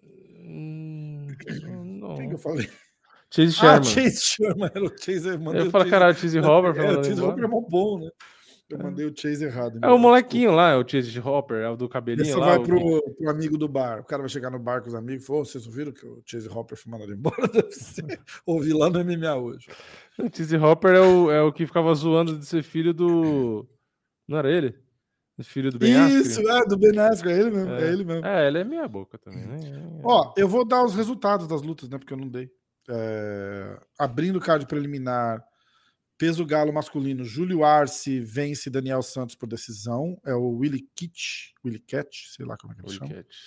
Hum, Quem que não. eu falei? Chase Ah, Sherman. Chase Sherman, era o Chase. Eu mandei Eu o falo, Chase. caralho, o Chase Hopper foi É, o mandado Chase Hopper é embora. mó bom, né? Eu mandei o Chase errado. É o embora, molequinho lá, é o Chase Hopper, é o do cabelinho Essa lá. vai o pro, que- pro amigo do bar. O cara vai chegar no bar com os amigos e falou: "Ô, vocês ouviram que o Chase Hopper foi mandado embora da U F C?" Ouvi lá no M M A hoje. O Chase Hopper é o, é o que ficava zoando de ser filho do. Não era ele? O filho do Ben Isso, Askren? é, do Ben Askren, é ele mesmo. É, É. ele mesmo. É, ele é meia boca também, né? Ó, eu vou dar os resultados das lutas, né? Porque eu não dei. É, abrindo o card preliminar, peso galo masculino, Júlio Arce vence Daniel Santos por decisão. É o Willie Kitch, Willie Catch, sei lá como é que ele Holy chama. Cat.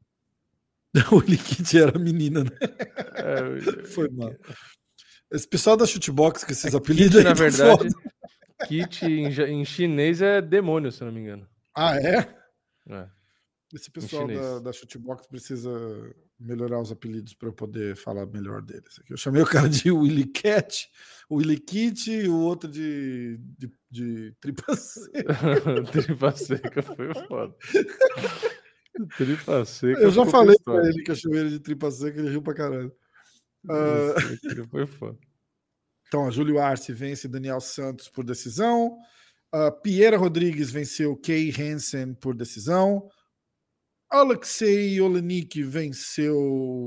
O Willie Kitch era menina, né? É, Foi mal. Esse pessoal da Shootbox com esses é, apelidos Kit, aí na tá verdade, foda. Kit em, ja- em chinês é demônio, se eu não me engano. Ah, é? É. Esse pessoal chinês. da, da Shootbox precisa melhorar os apelidos para eu poder falar melhor deles. Aqui eu chamei o cara de Willie Cat, o Willie Kit e o outro de, de, de tripa seca. Tripa seca foi foda. Tripa seca. Eu já ficou falei pistola. pra ele que eu chamei ele de tripa seca, ele riu pra caralho. Ah, Esse aqui foi foda. então, a Júlio Arce vence Daniel Santos por decisão. Uh, Piera Rodrigues venceu Kay Hansen por decisão. Alexei Olenik venceu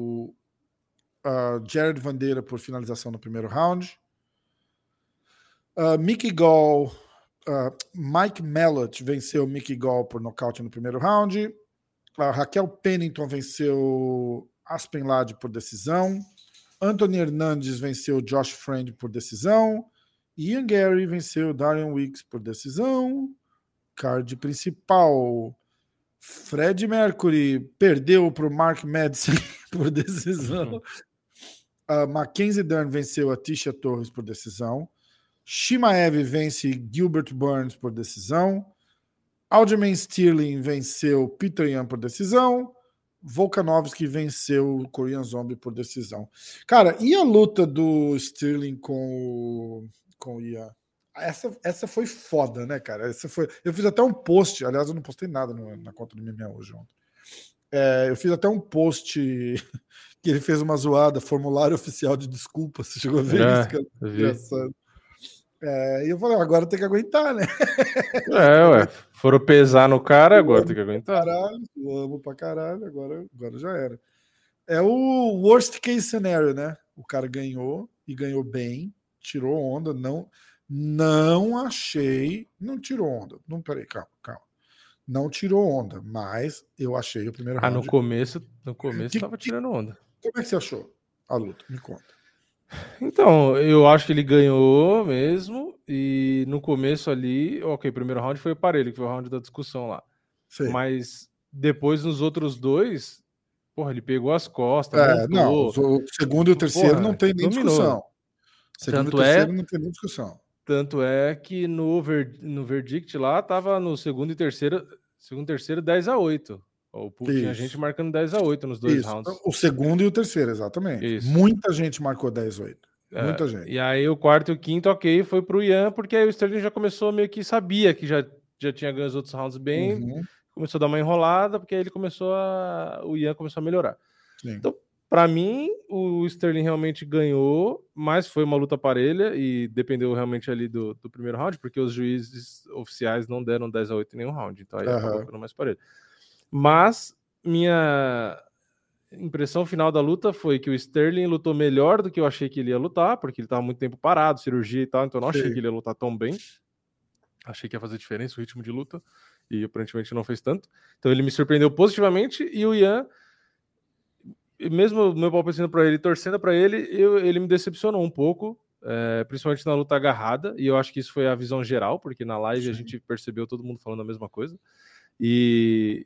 uh, Jared Vandeira por finalização no primeiro round. Uh, Mickey Gall, uh, Mike Mellott venceu Mickey Gall por nocaute no primeiro round. Uh, Raquel Pennington venceu Aspen Ladd por decisão. Anthony Hernandes venceu Josh Friend por decisão. Ian Gary venceu Darian Weeks por decisão. Card principal. Fred Mercury perdeu para o Mark Madsen por decisão. Uh, Mackenzie Dern venceu a Tisha Torres por decisão. Shimaev vence Gilbert Burns por decisão. Aljamain Sterling venceu Peter Yan por decisão. Volkanovski venceu o Korean Zombie por decisão. Cara, e a luta do Sterling com o, com o Yan? Essa, essa foi foda, né, cara? Essa foi... Eu fiz até um post, aliás, eu não postei nada no, na conta do M M A hoje ontem. É, eu fiz até um post que ele fez uma zoada, formulário oficial de desculpa. Você chegou a ver É, isso, cara? eu vi. Engraçado. É, e eu falei, agora tem que aguentar, né? É, ué. Foram pesar no cara, agora tem que aguentar. Caralho, eu amo pra caralho, agora, agora já era. É o worst case scenario, né? O cara ganhou e ganhou bem, tirou onda, não, não achei, não tirou onda. Não, peraí, calma, calma. Não tirou onda, mas eu achei o primeiro Ah, round. no começo, no começo Que- tava tirando onda. Como é que você achou a luta? Me conta. Então, eu acho que ele ganhou mesmo. E no começo ali, ok, o primeiro round foi o parelho, que foi o round da discussão lá. Sei. Mas depois, nos outros dois, porra, ele pegou as costas, É, montou. não, o segundo e o terceiro Porra, não tem nem dominou. discussão. Segundo Tanto e terceiro é- não tem nem discussão. Tanto é que no, ver, no verdict lá, tava no segundo e terceiro, segundo e terceiro, dez a oito. O Pool tinha gente marcando dez a oito nos dois Isso. rounds. O segundo e o terceiro, exatamente. Isso. Muita gente marcou dez a oito. Muita É, gente. E aí o quarto e o quinto, ok, foi pro Ian, porque aí o Sterling já começou meio que sabia que já, já tinha ganho os outros rounds bem, Uhum. começou a dar uma enrolada, porque aí ele começou a... o Ian começou a melhorar. Sim. Então, pra mim, o Sterling realmente ganhou, mas foi uma luta parelha e dependeu realmente ali do, do primeiro round, porque os juízes oficiais não deram dez a oito em nenhum round, então aí Uhum. acabou ficando mais parelho. Mas minha impressão final da luta foi que o Sterling lutou melhor do que eu achei que ele ia lutar, porque ele estava muito tempo parado, cirurgia e tal, então eu não Sim. achei que ele ia lutar tão bem. Achei que ia fazer diferença o ritmo de luta, e aparentemente não fez tanto. Então ele me surpreendeu positivamente, e o Ian, mesmo meu palpite para ele, torcendo para ele, eu, ele me decepcionou um pouco, é, principalmente na luta agarrada, e eu acho que isso foi a visão geral, porque na live Sim. a gente percebeu todo mundo falando a mesma coisa. E...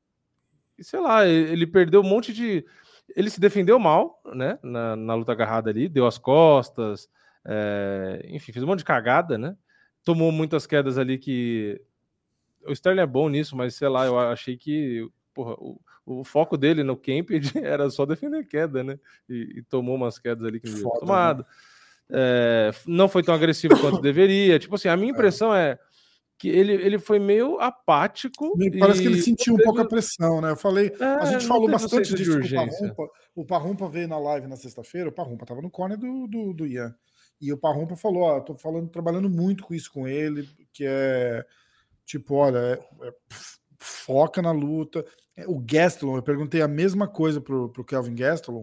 sei lá, ele perdeu um monte de... ele se defendeu mal, né, na, na luta agarrada ali, deu as costas, é... enfim, fez um monte de cagada, né, tomou muitas quedas ali que... o Sterling é bom nisso, mas sei lá, eu achei que porra, o, o foco dele no camp era só defender queda, né, e, e tomou umas quedas ali que não devia ter tomado. Né? É... não foi tão agressivo quanto deveria, tipo assim, a minha impressão é, é que ele, ele foi meio apático. Parece e que ele sentiu teve... um pouco a pressão, né? Eu falei, é, a gente falou bastante disso com o Parrumpa. O Parrumpa veio na live na sexta-feira, o Parrumpa tava no corner do, do, do Ian. E o Parrumpa falou, ó, tô falando, trabalhando muito com isso com ele, que é tipo, olha, é, é, foca na luta. O Gastelum, eu perguntei a mesma coisa pro, pro Kelvin Gastelum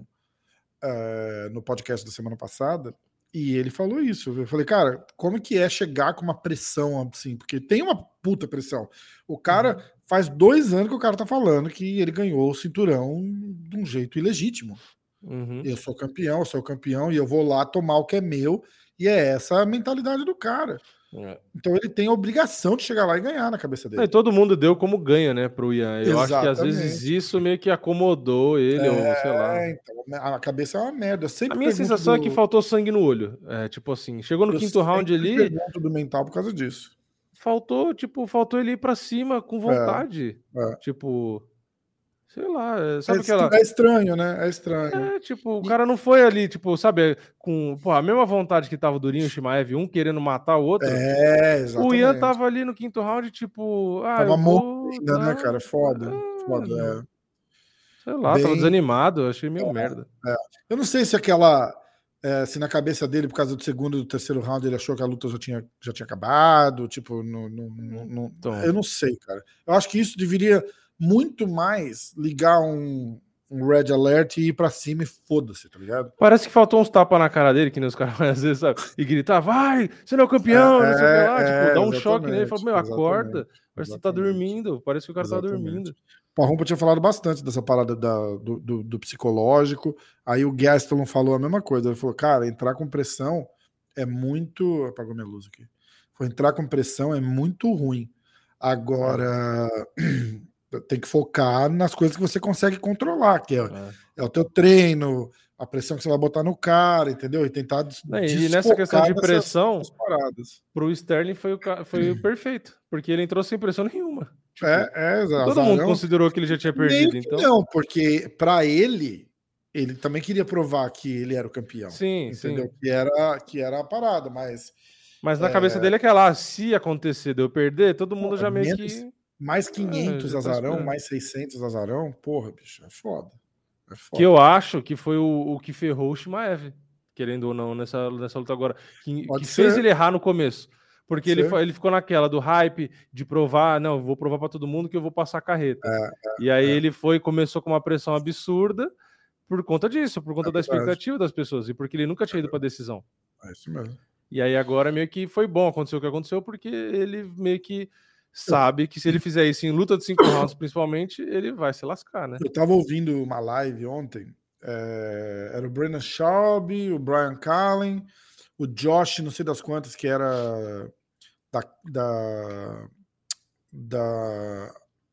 uh, no podcast da semana passada. E ele falou isso. Eu falei, cara, como que é chegar com uma pressão assim? Porque tem uma puta pressão. O cara uhum. faz dois anos que o cara tá falando que ele ganhou o cinturão de um jeito ilegítimo. Uhum. Eu sou campeão, eu sou campeão e eu vou lá tomar o que é meu. E é essa a mentalidade do cara. É. Então ele tem a obrigação de chegar lá e ganhar na cabeça dele. E todo mundo deu como ganha, né, pro Ian. Eu Exatamente. acho que às vezes isso meio que acomodou ele, é, ou sei lá. Então, a cabeça é uma merda. Eu sempre a minha sensação do... é que faltou sangue no olho. É, tipo assim, chegou no eu quinto round ali. Eu pergunto do mental por causa disso. Faltou, tipo, faltou ele ir pra cima com vontade. É, é. Tipo, sei lá, sabe é, aquela... é estranho, né? É estranho. É, tipo, o cara não foi ali, tipo, sabe, com pô, a mesma vontade que tava o Durinho e o Shimaev, um querendo matar o outro. É, exatamente. O Ian tava ali no quinto round, tipo, ah, tava eu vou... ainda, tá... né, cara? Foda, é, foda, é. Sei lá, Bem... tava desanimado, eu achei meio é, merda. É. Eu não sei se aquela... É, se na cabeça dele, por causa do segundo e do terceiro round, ele achou que a luta já tinha, já tinha acabado, tipo, no, no, no, no... Então... eu não sei, cara. Eu acho que isso deveria muito mais ligar um, um red alert e ir pra cima e foda-se, tá ligado? Parece que faltou uns tapas na cara dele, que nem os caras às vezes, sabe? E gritar, vai, você não é o campeão, é, não sei o que lá. É, tipo, dá um choque nele, fala, meu, acorda, parece que você tá dormindo, parece que o cara exatamente. tá dormindo. O Parrumpa tinha falado bastante dessa parada da, do, do, do psicológico, aí o Gastelum falou a mesma coisa, ele falou, cara, entrar com pressão é muito... apagou minha luz aqui. Foi entrar com pressão é muito ruim. Agora... tem que focar nas coisas que você consegue controlar, que é, é. é o teu treino, a pressão que você vai botar no cara, entendeu? E tentar Não, e nessa questão de pressão, pro Sterling foi o, foi o perfeito, porque ele entrou sem pressão nenhuma. Tipo, é, é, exato. Todo mundo considerou que ele já tinha perdido, Nem então. Não, porque para ele, ele também queria provar que ele era o campeão. Sim, entendeu? sim. Que era, que era a parada, mas. Mas na é... cabeça dele é que lá, se acontecer de eu perder, todo mundo Pô, já meio menos... que. Mais quinhentos ah, azarão, mais seiscentos azarão, porra, bicho, é foda. é foda. Que eu acho que foi o, o que ferrou o Shimaev, querendo ou não, nessa, nessa luta agora. Que, que fez ele errar no começo. Porque ele, ele ficou naquela do hype de provar, não, vou provar para todo mundo que eu vou passar a carreta. É, é, e aí é. ele foi começou com uma pressão absurda por conta disso, por conta é da verdade. expectativa das pessoas, e porque ele nunca tinha ido para decisão. É isso mesmo. E aí agora meio que foi bom acontecer o que aconteceu, porque ele meio que sabe que se ele fizer isso em luta de cinco rounds, principalmente, ele vai se lascar, né? Eu tava ouvindo uma live ontem, é, era o Brennan Schaub, o Brian Callen, o Josh, não sei das quantas, que era da da da,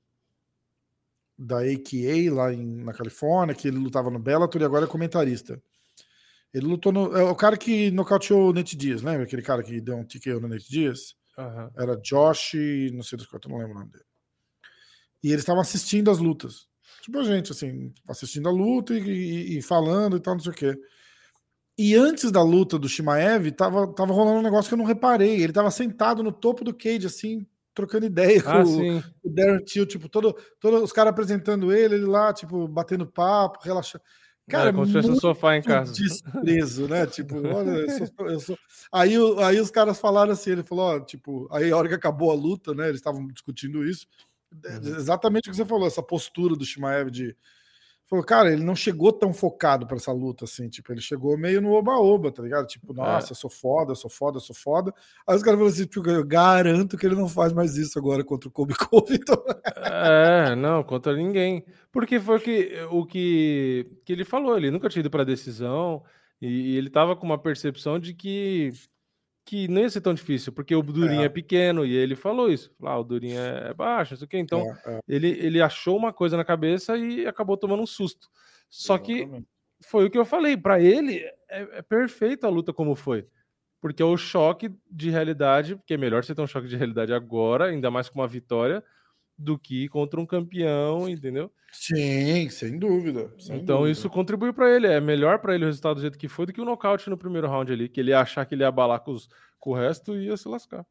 da A K A lá em, na Califórnia, que ele lutava no Bellator e agora é comentarista. Ele lutou no... é o cara que nocauteou o Nate Diaz, lembra? Aquele cara que deu um T K O no Nate Diaz? Uhum. Era Josh, não sei das quantas, não lembro o nome dele. E eles estavam assistindo as lutas. Tipo a gente, assim, assistindo a luta e, e, e falando e tal, não sei o quê. E antes da luta do Chimaev, tava, tava rolando um negócio que eu não reparei. Ele tava sentado no topo do cage, assim, trocando ideia Ah, com sim. o Darren Till, tipo, todo, todo, os caras apresentando ele, ele lá, tipo, batendo papo, relaxando. Cara, É, como se tivesse no sofá em casa. desprezo, né? Tipo, olha, eu sou, eu sou... Aí, aí os caras falaram assim, ele falou, ó, tipo, aí a hora que acabou a luta, né? Eles estavam discutindo isso. Uhum. Exatamente o que você falou, essa postura do Chimaev de... Falou, cara, ele não chegou tão focado pra essa luta, assim, tipo, ele chegou meio no oba-oba, tá ligado? Tipo, nossa, é. eu sou foda, eu sou foda, eu sou foda. Aí os caras falaram assim, tipo, eu garanto que ele não faz mais isso agora contra o Colby Covington. É, não, contra ninguém. Porque foi o que, o que, que ele falou, ele nunca tinha ido pra decisão, e, e ele tava com uma percepção de que que não ia ser tão difícil, porque o Durinho é, é pequeno, e ele falou isso. Ah, o Durinho é baixo, não sei o quê. Então, é, é. Ele, ele achou uma coisa na cabeça e acabou tomando um susto. Só Exatamente. Que foi o que eu falei, para ele é, é perfeita a luta como foi. Porque é o choque de realidade, porque é melhor você ter um choque de realidade agora, ainda mais com uma vitória, do que contra um campeão, entendeu? Sim, sem dúvida. Sem então dúvida. Isso contribuiu para ele. É melhor para ele o resultado do jeito que foi do que o nocaute no primeiro round ali, que ele ia achar que ele ia abalar com, os, com o resto e ia se lascar.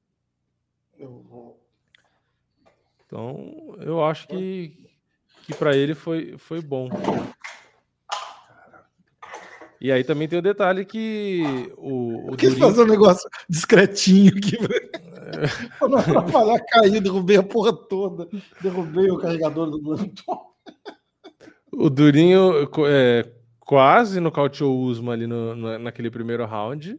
Então, eu acho que, que para ele foi, foi bom. E aí também tem o detalhe que o, o Eu quis Durinho... fazer um negócio discretinho aqui. Pra não atrapalhar, cair, derrubei a porra toda. Derrubei o carregador do Blanton. O Durinho é, quase nocauteou o Usman ali no, no, naquele primeiro round.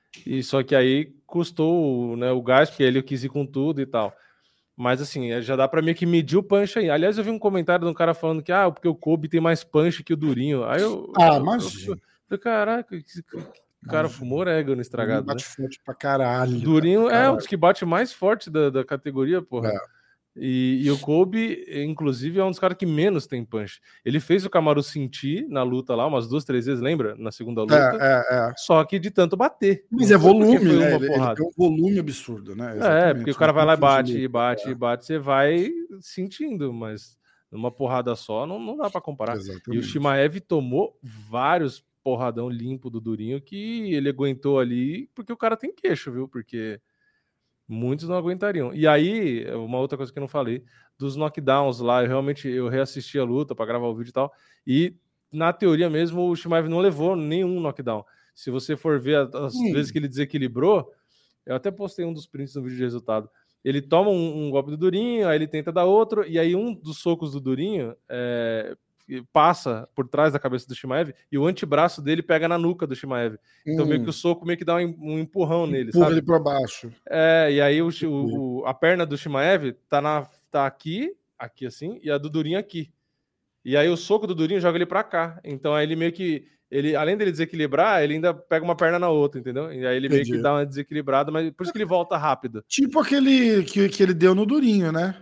E só que aí custou, né, o gás, porque ele quis ir com tudo e tal. Mas assim, já dá pra meio que medir o punch aí. Aliás, eu vi um comentário de um cara falando que, ah, porque o Kobe tem mais punch que o Durinho. Aí eu... Ah, imagina. Eu, caraca, esse cara fumou orégano estragado, bate né? forte pra caralho. O Durinho cara, é um dos que bate mais forte da, da categoria, porra. É. E, e o Kobe, inclusive, é um dos caras que menos tem punch. Ele fez o Kamaru sentir na luta lá umas duas, três vezes, lembra? Na segunda luta. É, é, é. Só que de tanto bater. Mas é volume, né? Ele, ele tem um volume absurdo, né? Exatamente. É, porque o cara vai lá e bate, e bate, e bate, você vai sentindo, mas numa porrada só não, não dá pra comparar. Exatamente. E o Chimaev tomou vários porradão limpo do Durinho que ele aguentou ali porque o cara tem queixo, viu? Porque muitos não aguentariam. E aí, uma outra coisa que eu não falei, dos knockdowns lá, eu realmente eu reassisti a luta para gravar o vídeo e tal, e na teoria mesmo o Chimaev não levou nenhum knockdown. Se você for ver as hum. vezes que ele desequilibrou, eu até postei um dos prints no vídeo de resultado. Ele toma um, um golpe do Durinho, aí ele tenta dar outro, e aí um dos socos do Durinho é, passa por trás da cabeça do Chimaev e o antebraço dele pega na nuca do Chimaev. Então hum. meio que o soco meio que dá um, um empurrão nele, Empurra sabe? ele para baixo. É, e aí o, o, a perna do Chimaev tá, na, tá aqui, aqui assim, e a do Durinho aqui. E aí o soco do Durinho joga ele para cá. Então aí ele meio que, ele, além dele desequilibrar, ele ainda pega uma perna na outra, entendeu? E aí ele Entendi. meio que dá uma desequilibrada, mas por isso que ele volta rápido. Tipo aquele que, que ele deu no Durinho, né?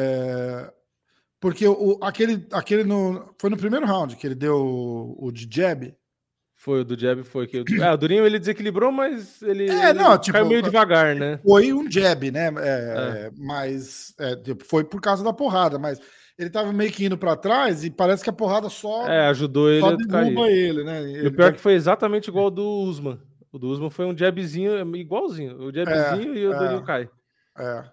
É... Porque o, aquele, aquele no, foi no primeiro round que ele deu o, o de jab. Foi, o do jab foi que... É, o Durinho ele desequilibrou, mas ele, é, não, ele tipo, caiu meio devagar, né? Foi um jab, né? É, é. Mas é, foi por causa da porrada, mas ele tava meio que indo para trás e parece que a porrada só... É, ajudou ele só a cair. ele, né? E o pior é que foi exatamente igual ao do Usman. O do Usman foi um jabzinho igualzinho. O jabzinho é, e o é, Durinho cai. É.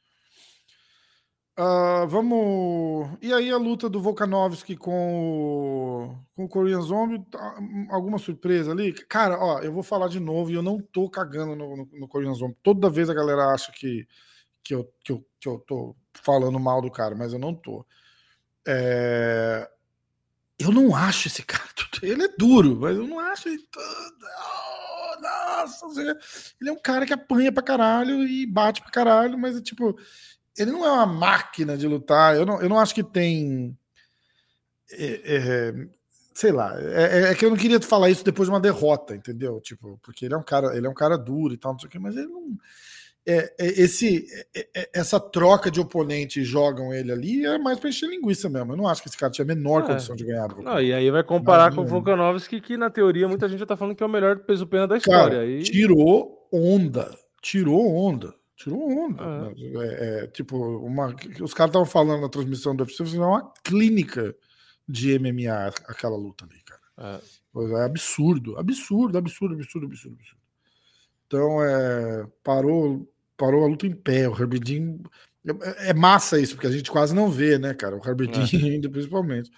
Uh, vamos. E aí a luta do Volkanovski com o, com o Korean Zombie, alguma surpresa ali? Cara, ó, eu vou falar de novo e eu não tô cagando no, no, no Korean Zombie. Toda vez a galera acha que, que, eu, que, eu, que eu tô falando mal do cara, mas eu não tô. É... Eu não acho esse cara. Ele é duro, mas eu não acho ele. Oh, nossa, ele é um cara que apanha pra caralho e bate pra caralho, mas é tipo. Ele não é uma máquina de lutar. Eu não, eu não acho que tem. É, é, sei lá. É, é que eu não queria falar isso depois de uma derrota, entendeu? Tipo, porque ele é um cara, ele é um cara duro e tal, não sei o quê, mas ele não. É, é, esse, é, essa troca de oponente jogam ele ali é mais pra encher linguiça mesmo. Eu não acho que esse cara tinha a menor é. condição de ganhar. Não, e aí vai comparar mas, com o Volkanovski, que na teoria muita gente já tá falando que é o melhor peso-pena da história. Cara, e... Tirou onda. Tirou onda. Tirou onda. Ah. É, é, tipo, uma, os caras estavam falando na transmissão do U F C, é uma clínica de M M A aquela luta ali, cara. Ah. É absurdo, absurdo, absurdo, absurdo, absurdo, absurdo. Então, é, parou, parou a luta em pé. O Herbie Dean... É, é massa isso, porque a gente quase não vê, né, cara? O Herbie Dean ainda, principalmente.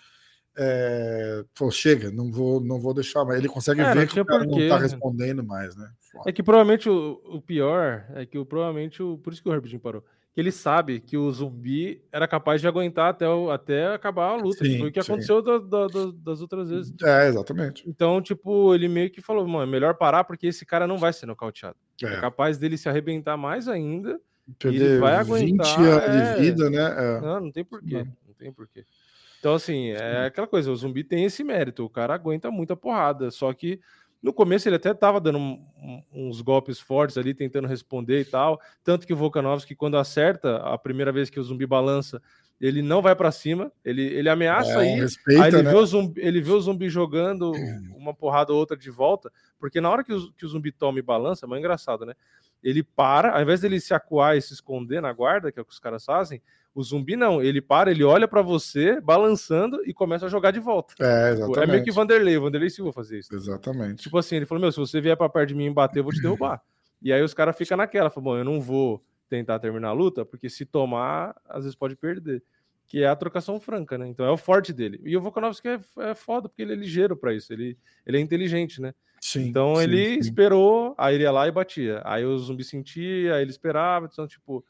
É, pô, chega, não vou, não vou deixar mais. Ele consegue é, ver que o cara não tá respondendo mais, né? Foda. É que provavelmente o, o pior é que o, provavelmente o, por isso que o Herbie Dean parou. Que ele sabe que o zumbi era capaz de aguentar até, o, até acabar a luta. Sim, que foi o que sim. aconteceu da, da, da, das outras vezes. É, exatamente. Então, tipo, ele meio que falou, mano, é melhor parar porque esse cara não vai ser nocauteado. É, é capaz dele se arrebentar mais ainda. Perder e ele vai aguentar. vinte anos é... de vida, né? É. Não, não tem porquê. Não. não tem porquê. Então, assim, é aquela coisa, o zumbi tem esse mérito, o cara aguenta muita porrada, só que no começo ele até tava dando um, um, uns golpes fortes ali, tentando responder e tal, tanto que o Volkanovski, quando acerta, a primeira vez que o zumbi balança, ele não vai para cima, ele, ele ameaça é, ir, respeita, aí ele, né? vê o zumbi, ele vê o zumbi jogando uma porrada ou outra de volta, porque na hora que o, que o zumbi toma e balança, é muito engraçado, né? Ele para, ao invés dele se acuar e se esconder na guarda, que é o que os caras fazem, o zumbi não, ele para, ele olha para você, balançando e começa a jogar de volta. É, exatamente. É meio que Vanderlei, o Vanderlei Silva fazia isso. Exatamente. Tipo assim, ele falou, meu, se você vier para perto de mim e bater, eu vou te derrubar. E aí os caras ficam naquela, falam, bom, eu não vou tentar terminar a luta, porque se tomar, às vezes pode perder. Que é a trocação franca, né? Então é o forte dele. E o Volkanovski é, é foda, porque ele é ligeiro para isso, ele, ele é inteligente, né? Sim, então sim, ele sim. esperou, aí ele ia lá e batia. Aí o zumbi sentia, aí ele esperava, então tipo...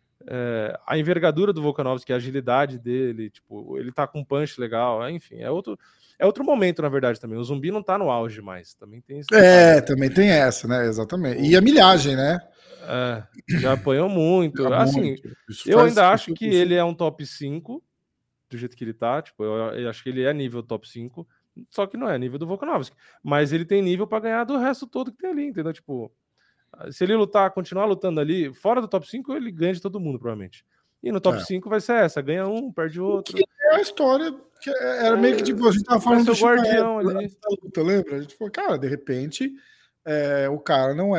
É, a envergadura do Volkanovski, a agilidade dele, tipo, ele tá com um punch legal, enfim, é outro, é outro momento, na verdade, também. O zumbi não tá no auge mais, também tem esse É, detalhe. Também tem essa, né? Exatamente. E a milhagem, né? É, já apanhou muito. Já assim, muito. eu faz, ainda acho que isso. Ele é um top cinco, do jeito que ele tá, tipo, eu, eu acho que ele é nível top cinco, só que não é nível do Volkanovski, mas ele tem nível para ganhar do resto todo que tem ali, entendeu? Tipo, se ele lutar, continuar lutando ali, fora do top cinco, ele ganha de todo mundo, provavelmente. E no top é. cinco vai ser essa, ganha um, perde outro. Que é a história, que era meio que tipo, a gente tava falando do guardião ali. Luta, lembra? A gente falou, cara, de repente, é, o cara não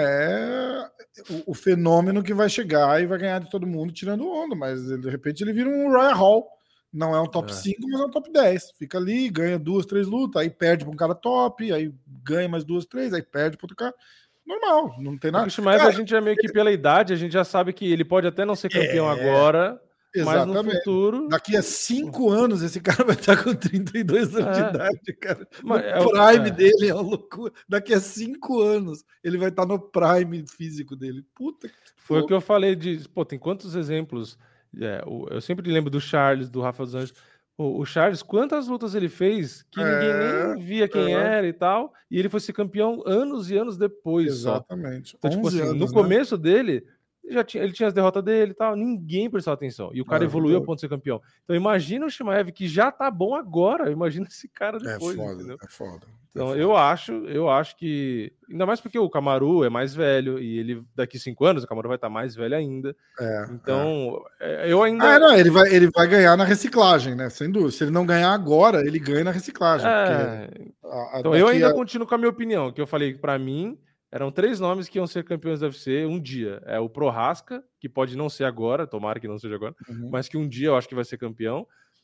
é o, o fenômeno que vai chegar e vai ganhar de todo mundo tirando onda, mas de repente ele vira um Royal Hall. Não é um top é. cinco, mas é um top dez. Fica ali, ganha duas, três lutas, aí perde para um cara top, aí ganha mais duas, três, aí perde para outro cara. Normal, não tem nada. O Shimaev, a gente é meio que pela idade, a gente já sabe que ele pode até não ser campeão é, agora, exatamente. Mas no futuro... Daqui a cinco anos, esse cara vai estar com trinta e dois anos é. de idade, cara. Mas o é prime é. dele é uma loucura. Daqui a cinco anos, ele vai estar no prime físico dele. Puta que Foi o que eu falei de... Pô, tem quantos exemplos? É, eu sempre lembro do Charles, do Rafa dos Anjos. O Charles, quantas lutas ele fez que ninguém é, nem via quem é. era e tal, e ele foi ser campeão anos e anos depois. Exatamente. Só. Então, tipo assim, anos, no né? começo dele, já tinha, ele tinha as derrotas dele e tal, ninguém prestava atenção. E o cara é, evoluiu a ponto de ser campeão. Então imagina o Shimaev, que já tá bom agora, imagina esse cara depois. É foda, entendeu? é foda. Então, é foda. eu acho, eu acho que. Ainda mais porque o Kamaru é mais velho, e ele, daqui cinco anos, o Kamaru vai estar mais velho ainda. É, então, é. eu ainda. Ah, não, ele vai, ele vai ganhar na reciclagem, né? Sem dúvida. Se ele não ganhar agora, ele ganha na reciclagem. É... A, a, então, eu ainda a... continuo com a minha opinião, que eu falei que, para mim, eram três nomes que iam ser campeões do U F C um dia. É o Prohaska, que pode não ser agora, tomara que não seja agora, uhum. mas que um dia eu acho que vai ser campeão.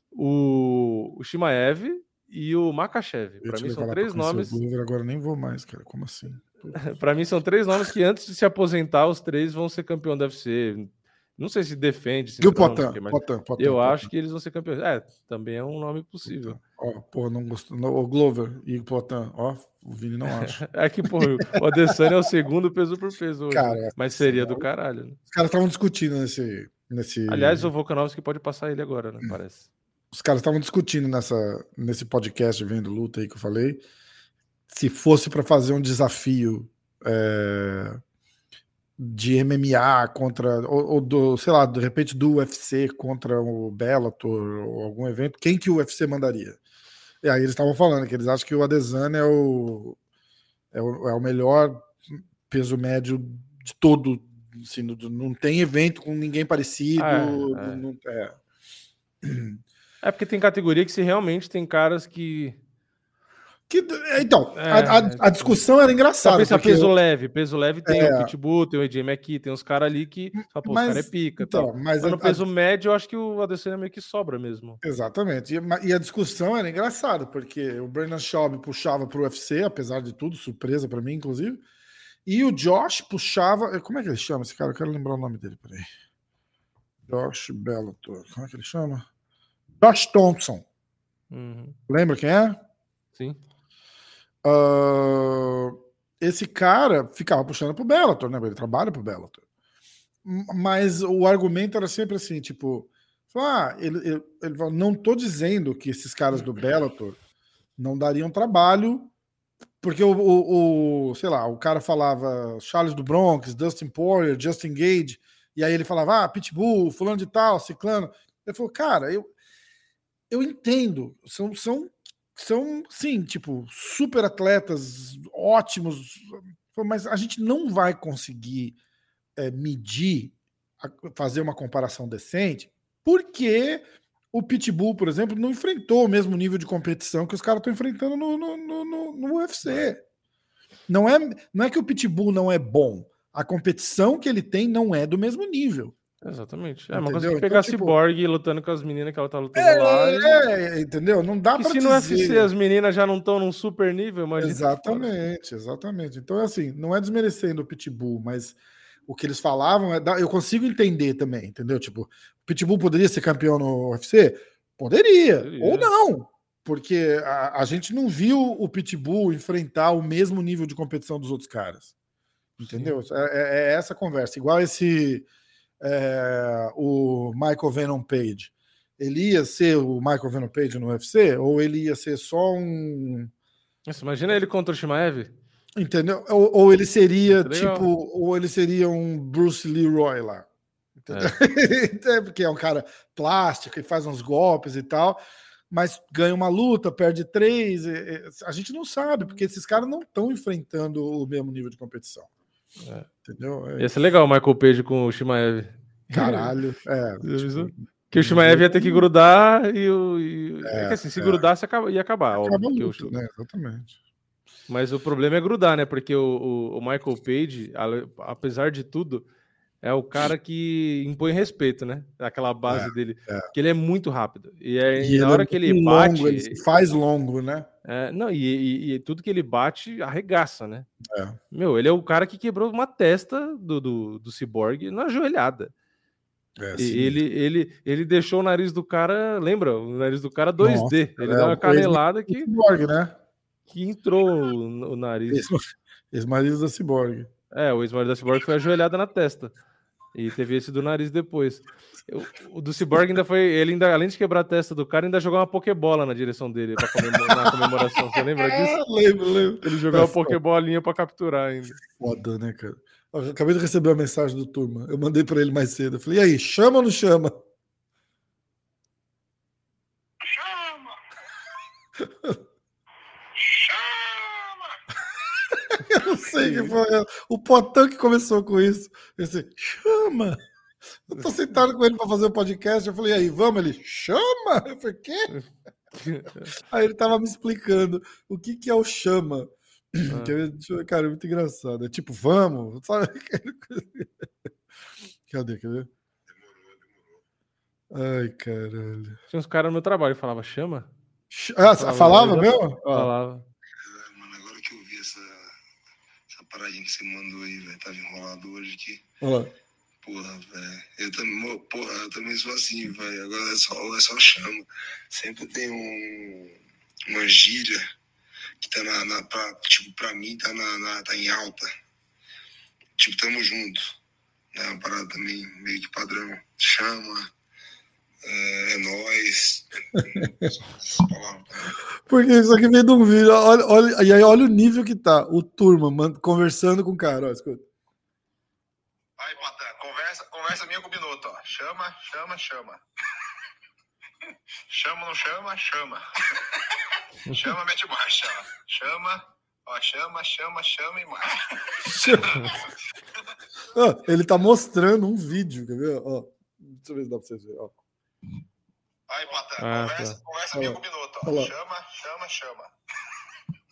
O, o Shimaev e o Makhachev. Para mim são três nomes. Glover, agora nem vou mais, cara. Como assim? Para mim são três nomes que antes de se aposentar, os três vão ser campeão do U F C. Não sei se defende. Se e o Potan? Potan, Potan? Eu Potan. acho que eles vão ser campeões. É, também é um nome possível. Ó, pô, não gostou. O Glover e o Potan, ó, o Vini não acha. É que, pô, o Adesanya é o segundo peso por peso hoje. Cara, mas seria do caralho. Né? Os caras estavam discutindo nesse, nesse. Aliás, o Volkanovski pode passar ele agora, né? Parece. Os caras estavam discutindo nessa, nesse podcast Vendo Luta aí que eu falei. Se fosse para fazer um desafio é, de M M A contra, ou, ou do, sei lá, de repente do U F C contra o Bellator ou algum evento, quem que o U F C mandaria? E aí eles estavam falando que eles acham que o Adesanya é o, é o, é o melhor peso médio de todo, assim, não, não tem evento com ninguém parecido. É, é. Não, é. é porque tem categoria que se realmente tem caras que... Que, então, É, a, a, a discussão era engraçada. Pensa porque peso eu, leve, peso leve tem é, o Pitbull, tem o A J McKee, tem uns caras ali que, pô, mas, os caras é pica, então, tal. mas, mas no a, peso a, médio eu acho que o Adesanya meio que sobra mesmo. Exatamente, e, e a discussão era engraçada, porque o Brendan Schaub puxava pro U F C, apesar de tudo, surpresa para mim, inclusive, e o Josh puxava, como é que ele chama esse cara? Eu quero lembrar o nome dele, peraí. Josh Bellator, como é que ele chama? Josh Thompson. Uhum. Lembra quem é? Sim. Uh, esse cara ficava puxando pro Bellator, né? Ele trabalha pro Bellator. Mas o argumento era sempre assim, tipo, ah, ele, ele, ele falou, não tô dizendo que esses caras do Bellator não dariam trabalho, porque o, o, o sei lá, o cara falava Charles do Bronx, Dustin Poirier, Justin Gage, e aí ele falava, ah, Pitbull, fulano de tal, ciclano. Ele falou, cara, eu, eu entendo, são, são, são, sim, tipo, super atletas, ótimos, mas a gente não vai conseguir é, medir, fazer uma comparação decente, porque o Pitbull, por exemplo, não enfrentou o mesmo nível de competição que os caras estão enfrentando no, no, no, no U F C. Não é, não é que o Pitbull não é bom, a competição que ele tem não é do mesmo nível. Exatamente. É uma coisa que então, pegar tipo, Cyborg lutando com as meninas que ela tá lutando é, lá. E... É, entendeu? Não dá para dizer. Se no U F C as meninas já não estão num super nível, imagina. Exatamente, exatamente. Então, assim, não é desmerecendo o Pitbull, mas o que eles falavam, é, eu consigo entender também, entendeu? Tipo, o Pitbull poderia ser campeão no U F C? Poderia, poderia. Ou não, porque a, a gente não viu o Pitbull enfrentar o mesmo nível de competição dos outros caras, entendeu? É, é, essa conversa. Igual esse, é, o Michael Venom Page. Ele ia ser o Michael Venom Page no U F C? Ou ele ia ser só um... Nossa, imagina ele contra o Shimaev. Entendeu? Ou, ou ele seria tipo, ou ele seria um Bruce Leroy lá. Entendeu? É. Porque é um cara plástico e faz uns golpes e tal, mas ganha uma luta, perde três. A gente não sabe, porque esses caras não estão enfrentando o mesmo nível de competição. É. Entendeu? É. Ia ser legal o Michael Page com o Shimaev. Caralho, é. Tipo, que o Shimaev ia ter que grudar e o. E... É, é que assim, se é. grudasse ia acabar. Acaba óbvio, a luta, o... né? Exatamente. Mas o problema é grudar, né? Porque o, o, o Michael Page, apesar de tudo, é o cara que impõe respeito, né? Aquela base é, dele. É. Porque ele é muito rápido. E, é, e na hora é que ele longo, bate. Ele se faz longo, né? É, não, e, e, e tudo que ele bate arregaça, né? É. Meu, ele é o cara que quebrou uma testa do, do, do Cyborg na joelhada. É, ele, ele, ele deixou o nariz do cara, lembra? O nariz do cara dois D. Nossa, ele é, deu uma canelada que, Cyborg, né? que entrou o nariz. Ex-marido da Cyborg. É, o ex-marido da Cyborg foi ajoelhada na testa. E teve esse do nariz depois. O, o do Cyborg ainda foi. Ele ainda, além de quebrar a testa do cara, ainda jogou uma Pokébola na direção dele pra comemor, na comemoração. Você lembra disso? lembro, lembro. Ele jogou uma Pokébolinha pra capturar ainda. Foda, né, cara? Eu acabei de receber uma mensagem do Turma. Eu mandei pra ele mais cedo. Eu falei, e aí, chama ou não chama? Chama! Chama! Eu não sei que foi. O Potão que começou com isso. Eu disse, chama! Eu tô sentado com ele pra fazer o podcast. Eu falei, e aí, vamos? Ele, chama! Eu falei, quê? Aí ele tava me explicando o que que é o chama. Ah. Cara, é muito engraçado. É tipo, vamos, sabe? Cadê, cadê? Ai, caralho. Tinha uns caras no meu trabalho que falavam, chama? Ah, falava, falava mesmo? Falava. É, mano, agora que eu vi essa, essa paradinha que você mandou aí, velho, tava enrolado hoje aqui. Olha lá. Porra, velho, eu também, porra, eu também sou assim, velho, agora é só, é só chama. Sempre tem um, uma gíria que tá na, na pra, tipo, pra mim tá, na, na, tá em alta. Tipo, tamo junto. É uma parada também meio que padrão. Chama, é, é nóis. Porque isso aqui veio de um vídeo. Olha, olha, e aí olha o nível que tá. O Turma mano, conversando com o cara, ó, escuta. Aí, Patã, conversa, conversa minha com o Binotto, ó. Chama, chama, chama. Chama, não chama, chama. Chama, mete marcha. Chama, ó, chama, chama, chama e marcha. Oh, ele tá mostrando um vídeo, quer ver? Ó, deixa eu ver se dá pra vocês verem. Ó. Aí, Patã, ah, conversa, tá. conversa minha com o Binotto, ó. Chama, chama, chama.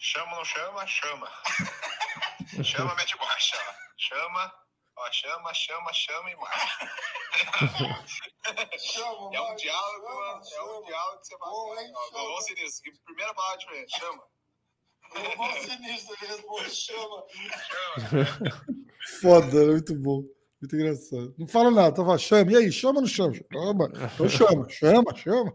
Chama ou não chama? Chama. Chama, mete marcha. Chama, ó, chama, chama, chama e marcha. Chama, é um diálogo, chama, é um diálogo que você vai. Galvão Sinistro, primeira palavra diferente, chama. Galvão Sinistro, ele responde, chama. Chama. Foda, muito bom. Muito engraçado. Não fala nada, tava chama. E aí, chama ou não chama? Chama. Então chama, chama, chama.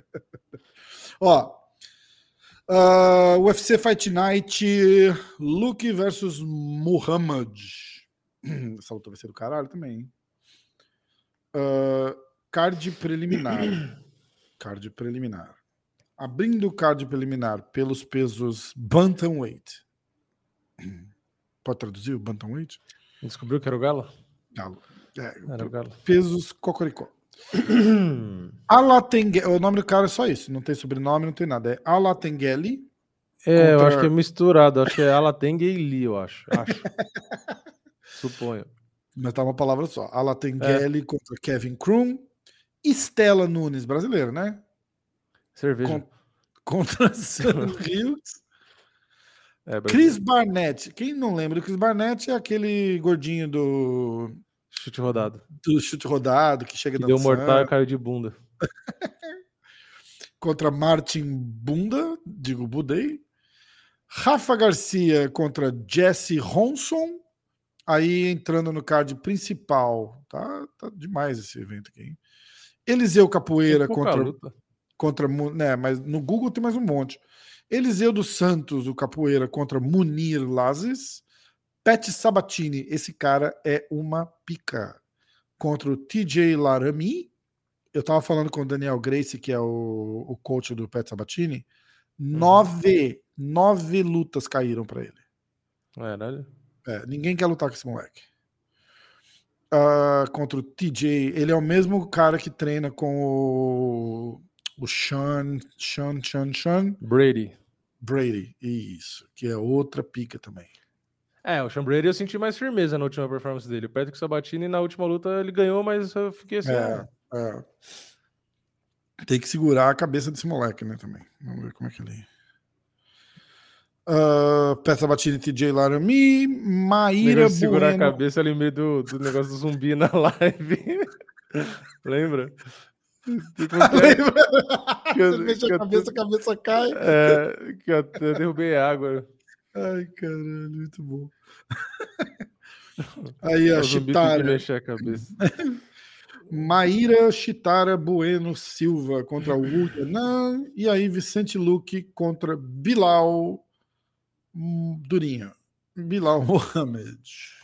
Ó, uh, U F C Fight Night, Luke versus Muhammad. Essa luta vai ser do caralho também, hein? Uh, card preliminar. Card preliminar. Abrindo o card preliminar pelos pesos Bantamweight. Pode traduzir o Bantamweight? Descobriu que era o Galo? Galo. É, Era o Galo. Pesos Cocoricó. Alatengue... O nome do cara é só isso. Não tem sobrenome, não tem nada. É Alatengueli. É, contra... eu acho que é misturado. Acho que é Alatengue e Li, eu acho. acho. Suponho. Mas tá uma palavra só. Alatengueli é. contra Kevin Krum. Stella Nunes, brasileira, né? Cerveja. Con... Contra Sam Hughes. É, Chris Barnett. Quem não lembra do Chris Barnett é aquele gordinho do... Chute rodado. Do chute rodado, que chega que dançando. Deu mortal e caiu de bunda. Contra Martin Bunda, digo Budei. Rafa Garcia contra Jesse Ronson. Aí entrando no card principal. Tá, tá demais esse evento aqui, hein? Eliseu Capoeira contra... luta. contra né, mas no Google tem mais um monte. Eliseu dos Santos, o Capoeira, contra Munir Lazes. Pat Sabatini, esse cara é uma pica. Contra o T J Laramie. Eu tava falando com o Daniel Gracie, que é o, o coach do Pat Sabatini. Uhum. Nove, nove lutas caíram pra ele. Caralho. É, ninguém quer lutar com esse moleque. Uh, contra o T J, ele é o mesmo cara que treina com o, o Sean, Sean, Sean, Sean Brady. Brady, isso, que é outra pica também. É, o Sean Brady eu senti mais firmeza na última performance dele. O Patrick Sabatini na última luta ele ganhou, mas eu fiquei assim. É, é. Tem que segurar a cabeça desse moleque, né, também. Vamos ver como é que ele... Uh, Pat Sabatini, T J Laramie, Maíra Bueno. Segurar a cabeça ali no meio do, do negócio do zumbi na live. Lembra? Lembra? Você mexe a cabeça, a cabeça cai. É, que eu até derrubei água. Ai, caralho, muito bom. Aí a Chitara. Mexer a cabeça. Maíra Chitara Bueno Silva contra o William. E aí Vicente Luque contra Bilal Durinho. Bilal Mohamed.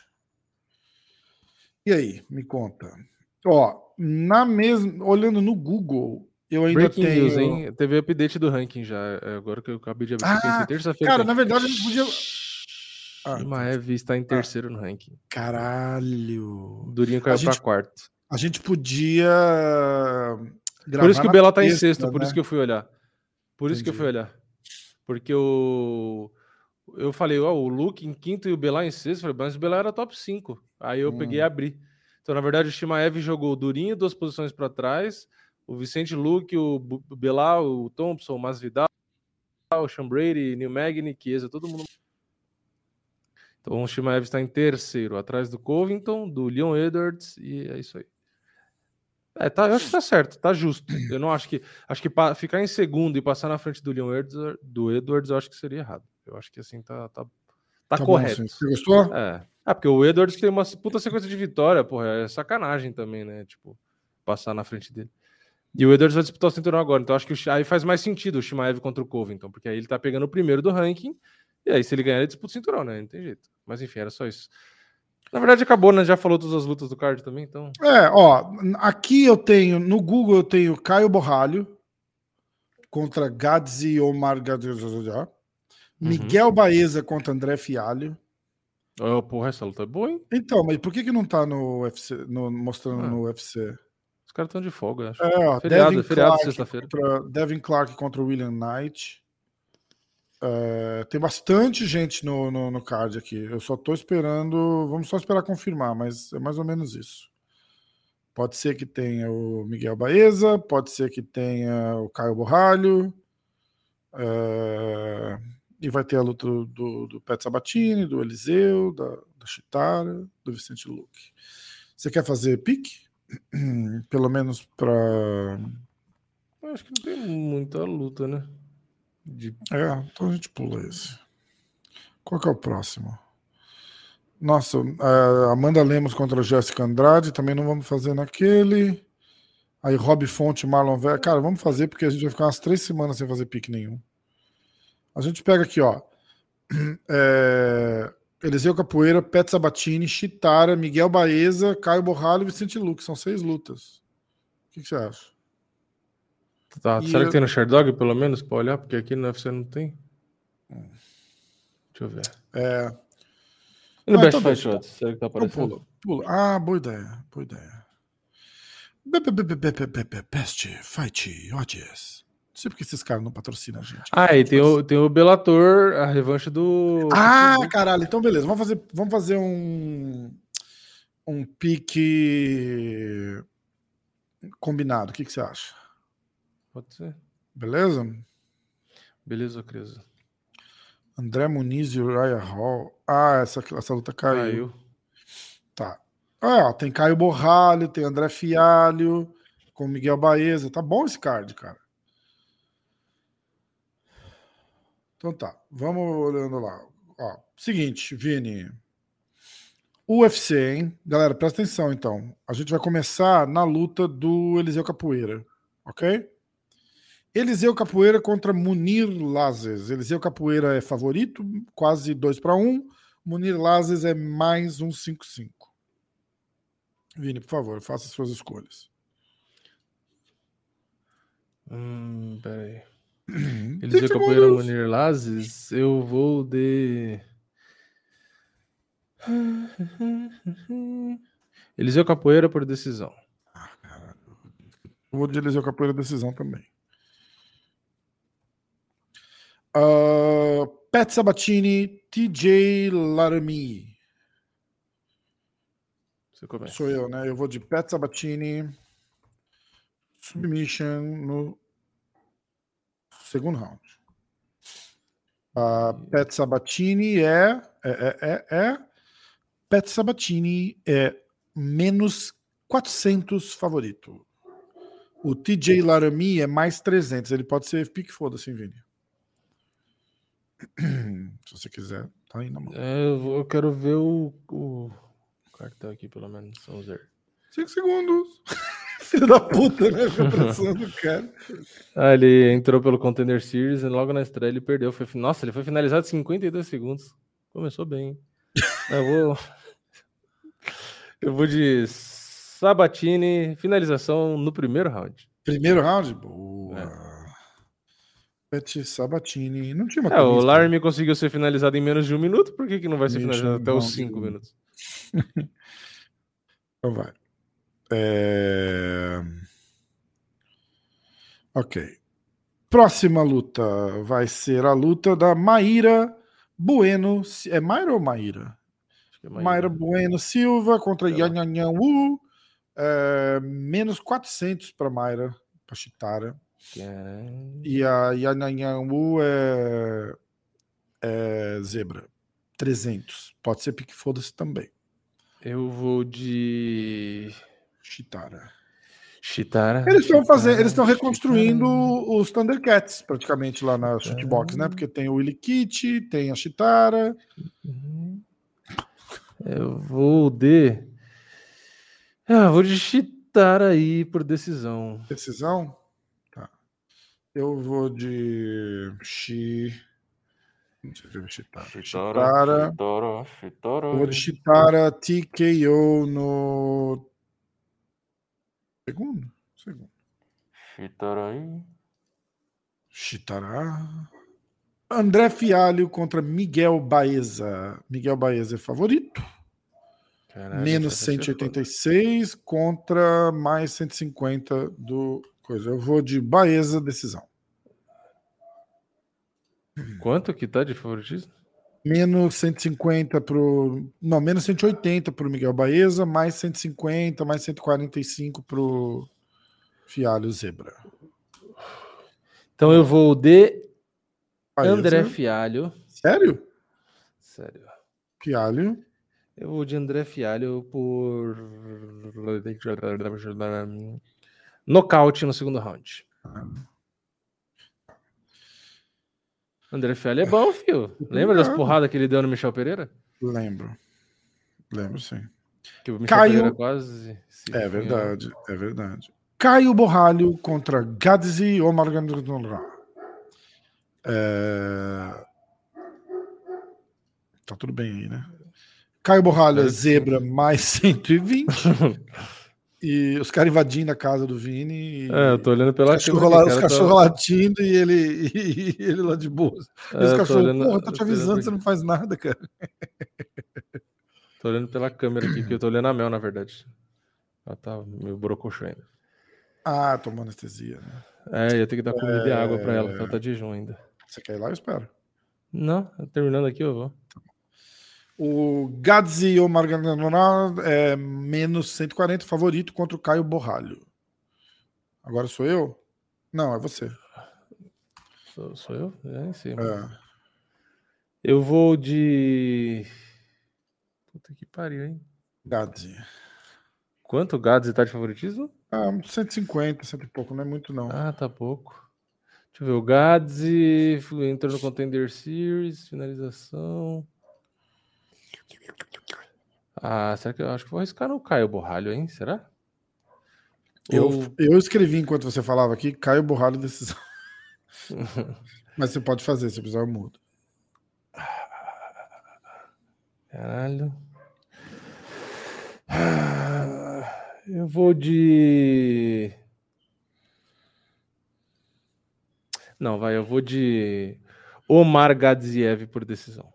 E aí, me conta. Ó, na mesma, olhando no Google, eu ainda Breaking tenho... news, hein? Teve update do ranking já. Agora que eu acabei de abrir. Ah, terça-feira. Cara, tem... na verdade a gente podia... Ah, Maev está em terceiro ah. no ranking. Caralho. Durinho caiu gente, pra quarto. A gente podia gravar. Por isso que o Bela tá sexta, em sexto, né? por isso que eu fui olhar. Por Entendi. isso que eu fui olhar. Porque o... Eu falei, ó, o Luke em quinto e o Bela em sexto. Eu falei, mas o Bela era top cinco. Aí eu hum. peguei e abri. Então, na verdade, o Chimaev jogou o Durinho duas posições para trás, o Vicente Luque, o Belal, o Thompson, o Masvidal, o Sean Brady, Neil Magny, Chiesa, todo mundo. Então, o Chimaev está em terceiro, atrás do Covington, do Leon Edwards, e é isso aí. É, tá, eu acho que tá certo, tá justo. Eu não acho que... Acho que pa, ficar em segundo e passar na frente do Leon Edwards, do Edwards, eu acho que seria errado. Eu acho que assim tá, tá, tá, tá correto. Bom, você gostou? É. Ah, porque o Edwards tem uma puta sequência de vitória, porra, é sacanagem também, né? Tipo, passar na frente dele. E o Edwards vai disputar o cinturão agora, então acho que o, aí faz mais sentido o Chimaev contra o Covington, porque aí ele tá pegando o primeiro do ranking, e aí se ele ganhar ele disputa o cinturão, né? Não tem jeito. Mas enfim, era só isso. Na verdade acabou, né? Já falou todas as lutas do card também, então... É, ó, aqui eu tenho, no Google eu tenho Caio Borralho contra Gadzi Omar Gadzi, Miguel uhum. Baeza contra André Fialho. Oh, porra, essa luta é boa, hein? Então, mas por que que não tá no U F C, no, mostrando ah, no U F C? Os caras estão de folga, acho. É, ó, feriado, Devin feriado Clark sexta-feira. Contra, Devin Clark contra William Knight. Uh, tem bastante gente no, no, no card aqui. Eu só tô esperando... Vamos só esperar confirmar, mas é mais ou menos isso. Pode ser que tenha o Miguel Baeza, pode ser que tenha o Caio Borralho. Uh, E vai ter a luta do, do, do Pet Sabatini, do Eliseu, da, da Chitara, do Vicente Luque. Você quer fazer pique? Pelo menos para... Acho que não tem muita luta, né? De... É, então a gente pula esse. Qual que é o próximo? Nossa, a Amanda Lemos contra a Jéssica Andrade, também não vamos fazer naquele. Aí Rob Fonte, Marlon Vera. Cara, vamos fazer porque a gente vai ficar umas três semanas sem fazer pique nenhum. A gente pega aqui, ó. É... Eliseu Capoeira, Pet Sabatini, Chitara, Miguel Baeza, Caio Borralho e Vicente Luque. São seis lutas. O que, que você acha? Tá, será eu... que tem no Sherdog, pelo menos, pra olhar? Porque aqui no U F C não tem. Hum. Deixa eu ver. É... E no ah, Best então Fight Odds? Será que tá aparecendo? Pula, pula. Ah, boa ideia. Boa ideia. Best Fight Odds. Não sei porque esses caras não patrocinam a gente. Ah, e tem o, tem o Bellator, a revanche do... Ah, caralho. Então, beleza. Vamos fazer, vamos fazer um... Um pique... combinado. O que, que você acha? Pode ser. Beleza? Beleza, Cris. André Muniz e Uriah Hall. Ah, essa, essa luta caiu. Caiu. Tá. Ah, tem Caio Borralho, tem André Fialho, com Miguel Baeza. Tá bom esse card, cara. Então tá. Vamos olhando lá. Ó, seguinte, Vini. U F C, hein? Galera, presta atenção, então. A gente vai começar na luta do Eliseu Capoeira. Ok? Eliseu Capoeira contra Munir Lazes. Eliseu Capoeira é favorito, quase dois para um. Munir Lazes é mais um cinco cinco. Vini, por favor, faça as suas escolhas. Hum, peraí. Eliseu Capoeira, Munir Lazes, eu vou de... Eliseu Capoeira por decisão. Ah, caralho. Eu vou de Eliseu Capoeira decisão também. Uh, Pet Sabatini, T J Laramie. Você começa. Sou eu, né? Eu vou de Pet Sabatini, submission no segundo round. Uh, Pet Sabatini é, é, é, é, é Pet Sabatini é menos quatrocentos favorito. O T J Laramie é mais trezentos. Ele pode ser pique foda-se, Vini. Se você quiser, tá aí na mão. É, eu, vou, eu quero ver o, o cartão aqui, pelo menos. Vamos ver. Cinco segundos. Filho da puta, né? Fica pressando o cara. Ah, ele entrou pelo Contender Series e logo na estreia ele perdeu. Foi, nossa, ele foi finalizado em cinquenta e dois segundos. Começou bem. Eu vou... eu vou de Sabatini, finalização no primeiro round. Primeiro round? Boa. É. Pet Sabatini. Não tinha uma é, o Laramie conseguiu ser finalizado em menos de um minuto, por que, que não vai ser finalizado até os cinco de... minutos? Então vai. É... Ok. Próxima luta vai ser a luta da Maíra Bueno. É Maíra ou Maíra? Acho que é Maíra. Maíra Bueno Silva contra Yan Yan Yan Wu. É... Menos quatrocentos para Maíra, para Chitara. Caramba. E a Yananyanwu é, é zebra. trezentos. Pode ser pique foda-se também. Eu vou de Chitara. Chitara. Eles estão fazendo, eles estão reconstruindo Chitara. Os Thundercats praticamente lá na shootbox, né? Porque tem o Willy Kitty, tem a Chitara. Eu vou de. Ah, vou de Chitara aí por decisão. Decisão? Eu vou de Chi. Chitara. Chitara. Chitara. Chitara. Eu vou de Chitara T K O no segundo. Segundo. Chitara aí. Chitara. André Fialho contra Miguel Baeza. Miguel Baeza é favorito. Caralho, menos cento e oitenta e seis contra mais cento e cinquenta do coisa. Eu vou de Baeza decisão. Quanto que tá de favoritismo? Menos cento e cinquenta pro... Não, menos cento e oitenta pro Miguel Baeza, mais cento e cinquenta, mais cento e quarenta e cinco pro Fialho Zebra. Então eu vou de André Fialho. Sério? Sério. Fialho. Eu vou de André Fialho por nocaute no segundo round. Ah. André Fialho é bom, filho. Lembra das porradas que ele deu no Michel Pereira? Lembro. Lembro, sim. Que o Michel Caio... Pereira quase... É verdade, é verdade. Caio Borralho contra Gadzi Omar. É... Tá tudo bem aí, né? Caio Borralho é zebra mais cento e vinte. E os caras invadindo a casa do Vini. E... É, eu tô olhando pela Os cachorros lá, os cachorros tá... latindo e ele, e ele lá de boa. É, e os cachorros, olhando... porra, tô te avisando, tô você não faz nada, cara. Tô olhando pela câmera aqui, porque eu tô olhando a Mel, na verdade. Ela tá meio brocochô ainda. Ah, tomou anestesia, né? É, eu tenho que dar comida é... e água pra ela, porque ela tá de jejum ainda. Você quer ir lá? Eu espero. Não, terminando aqui eu vou. O Gadzi Omar é menos cento e quarenta, favorito contra o Caio Borralho. Agora sou eu? Não, é você. Sou, sou eu? É em cima. É. Eu vou de... Puta que pariu, hein? Gadzi. Quanto o Gadzi tá de favoritismo? Ah, cento e cinquenta, cento e pouco, não é muito não. Ah, tá pouco. Deixa eu ver, o Gadzi entrou no Contender Series, finalização. Ah, será que eu acho que vou arriscar no Caio Borralho, hein? Será? Eu, Ou... eu escrevi enquanto você falava aqui, Caio Borralho decisão. Mas você pode fazer, se precisar eu mudo. Caralho. Eu vou de... Não, vai, eu vou de Omar Gadziev por decisão.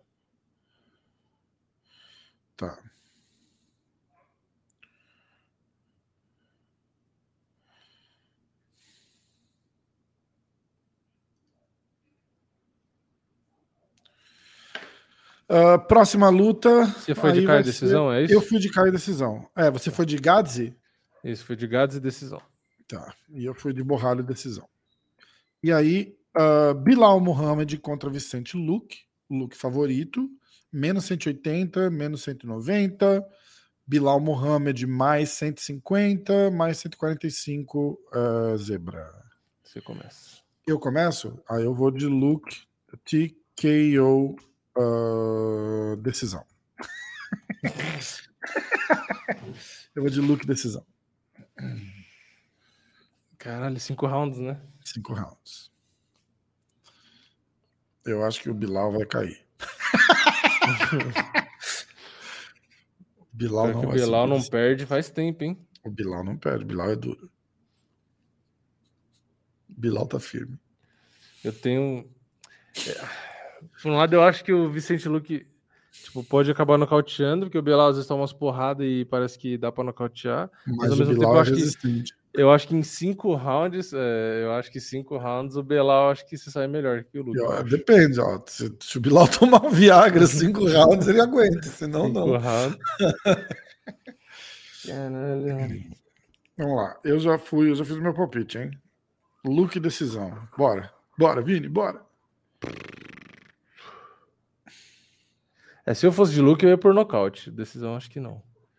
Tá. Uh, próxima luta. Você foi de Caio decisão, ser... é isso? Eu fui de Caio decisão. É, você foi de Gadzi? Isso, foi de Gadzi decisão. Tá. E eu fui de Borralho decisão. E aí, uh, Bilal Muhammad contra Vicente Luque. Luque favorito. Menos cento e oitenta, menos cento e noventa. Bilal Muhammad mais cento e cinquenta, mais cento e quarenta e cinco, uh, zebra. Você começa. Eu começo? Aí ah, eu vou de Luke, T K O, uh, decisão. Eu vou de Luke, decisão. Caralho, cinco rounds, né? Cinco rounds. Eu acho que o Bilal vai cair. Bilal não que o Bilal não perde faz tempo, hein? O Bilal não perde, o Bilal é duro. O Bilal tá firme. Eu tenho... Por um lado, eu acho que o Vicente Luque tipo, pode acabar nocauteando, porque o Bilal às vezes toma umas porradas e parece que dá pra nocautear. Mas, mas ao mesmo tempo, eu acho, é que, eu acho que em cinco rounds, é, eu acho que cinco rounds, o Bilal acho que se sai melhor que o Luque. Eu, depende, ó. Se, se o Bilal tomar um Viagra cinco rounds, ele aguenta, senão cinco não. Rounds. Caralho. Vamos lá, eu já fui, eu já fiz o meu palpite, hein? Luque decisão. Bora. Bora, Vini, bora. É, se eu fosse de Luke, eu ia por nocaute. Decisão, acho que não.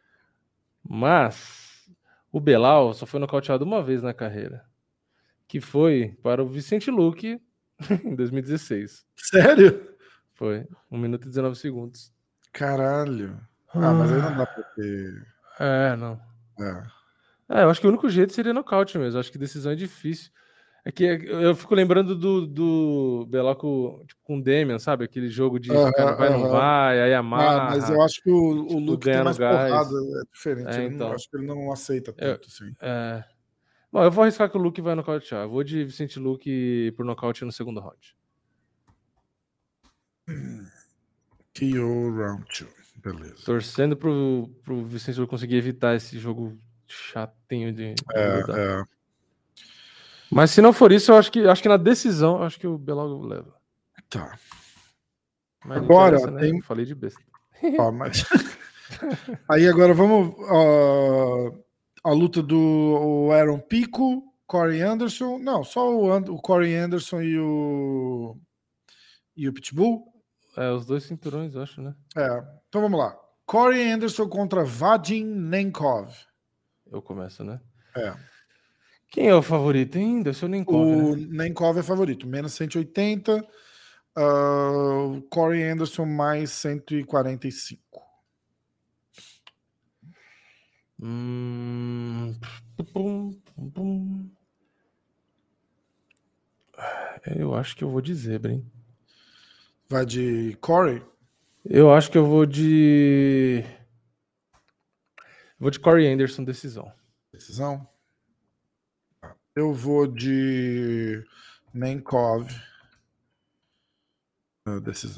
Mas o Belal só foi nocauteado uma vez na carreira, que foi para o Vicente Luque em dois mil e dezesseis. Sério? Foi. um minuto e dezenove segundos. Caralho. Ah, mas aí não dá pra ter... É, não. É. É, eu acho que o único jeito seria nocaute mesmo. Eu acho que decisão é difícil. É que eu fico lembrando do, do Belal com, tipo, com o Demian, sabe? Aquele jogo de uh-huh, cara, vai, uh-huh. não vai, aí amarra. Ah, mas eu acho que o, o Luke tem mais gás. porrada, é diferente. É, então. Eu acho que ele não aceita tanto, eu, assim. É... Bom, eu vou arriscar que o Luke vai nocautear. Eu vou de Vicente Luque por nocaute no segundo round. K O round two. Beleza. Torcendo pro, pro Vicente Luque conseguir evitar esse jogo chatinho de... de é, é. Mas se não for isso, eu acho que, acho que na decisão, acho que o Belal leva. Tá. Mas agora, né? tem... Eu falei de besta. Ó, mas... Aí agora vamos... Uh, a luta do Aaron Pico, Corey Anderson... Não, só o, And... o Corey Anderson e o... e o Pitbull? É, os dois cinturões, eu acho, né? É. Então vamos lá. Corey Anderson contra Vadim Nemkov. Eu começo, né? É. Quem é o favorito, hein? Deve ser o Nemkov, O né? Nemkov é favorito, menos cento e oitenta. Uh, Corey Anderson mais cento e quarenta e cinco. Hum... Pum, pum, pum. Eu acho que eu vou de zebra, hein? Vai de Corey? Eu acho que eu vou de... Vou de Corey Anderson, decisão. Decisão? Eu vou de Nemkov. Decisão.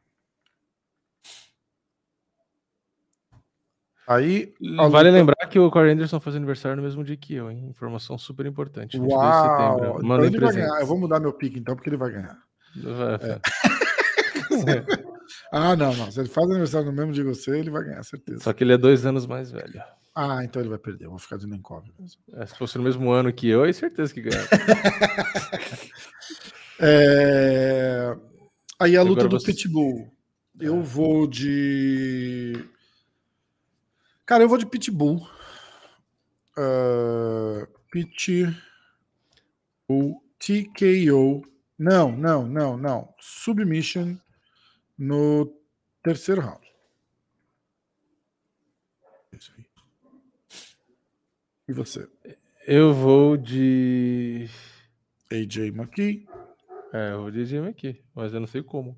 Aí, vale luta... lembrar que o Corey Anderson faz aniversário no mesmo dia que eu, hein? Informação super importante. vinte e dois de setembro. Então Mandem ele vai presentes. ganhar. Eu vou mudar meu pique então, porque ele vai ganhar. Vai, é. ah, não, não. Se ele faz aniversário no mesmo dia que você, ele vai ganhar, certeza. Só que ele é dois anos mais velho. Ah, então ele vai perder. Eu vou ficar de Nemkov. É, se fosse no mesmo ano que eu, é certeza que ganhava. é... Aí a luta Agora do você... Pitbull. Eu vou de... Cara, eu vou de Pitbull. Uh, Pitbull T K O. Não, não, não, não. Submission no terceiro round. Isso aí. E você? Eu vou de... A J McKee. É, eu vou de A J McKee, mas eu não sei como.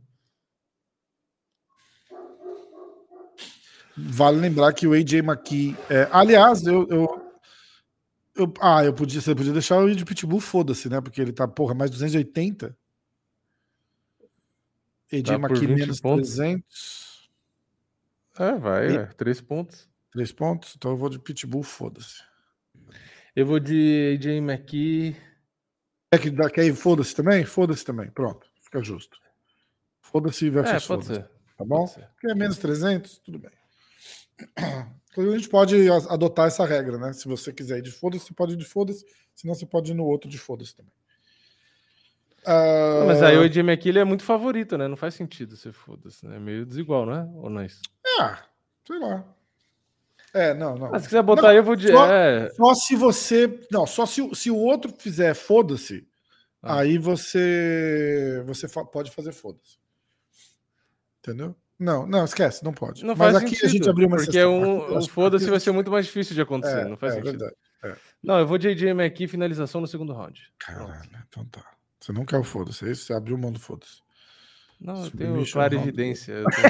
Vale lembrar que o A J McKee... É... Aliás, eu... eu... Eu, ah, eu podia, você podia deixar o de Pitbull, foda-se, né? Porque ele tá, porra, mais duzentos e oitenta. A J Tá McKee menos pontos. trezentos. É, vai, e... é, três pontos. Três pontos? Então eu vou de Pitbull, foda-se. Eu vou de A J McKee. Quer que, quer ir foda-se também? Foda-se também. Pronto, fica justo. Foda-se versus É, pode foda-se. ser. Tá bom? Ser. Porque é menos trezentos, tudo bem. Então a gente pode adotar essa regra, né? Se você quiser ir de foda-se, você pode ir de foda-se. Senão você pode ir no outro de foda-se também. Uh... Não, mas aí o A J McKee ele é muito favorito, né? Não faz sentido ser foda-se, né? É meio desigual, né? Ou não é isso? Ah, sei lá. É, não, não. Mas se quiser botar não, aí, eu vou de... Só, é... só se você... Não, só se, se o outro fizer foda-se, ah. aí você, você pode fazer foda-se. Entendeu? Não, não, esquece, não pode. Não Mas faz aqui sentido, a gente abriu uma porque exceção. um, um foda-se vai ser muito mais difícil de acontecer, é, não faz é, sentido. Verdade, é. Não, eu vou de A J McKee, finalização no segundo round. Caralho, Pronto. Então tá. Você não quer o foda-se, é isso? Você abriu mão do foda-se. Não, eu tenho clara evidência. Eu tenho...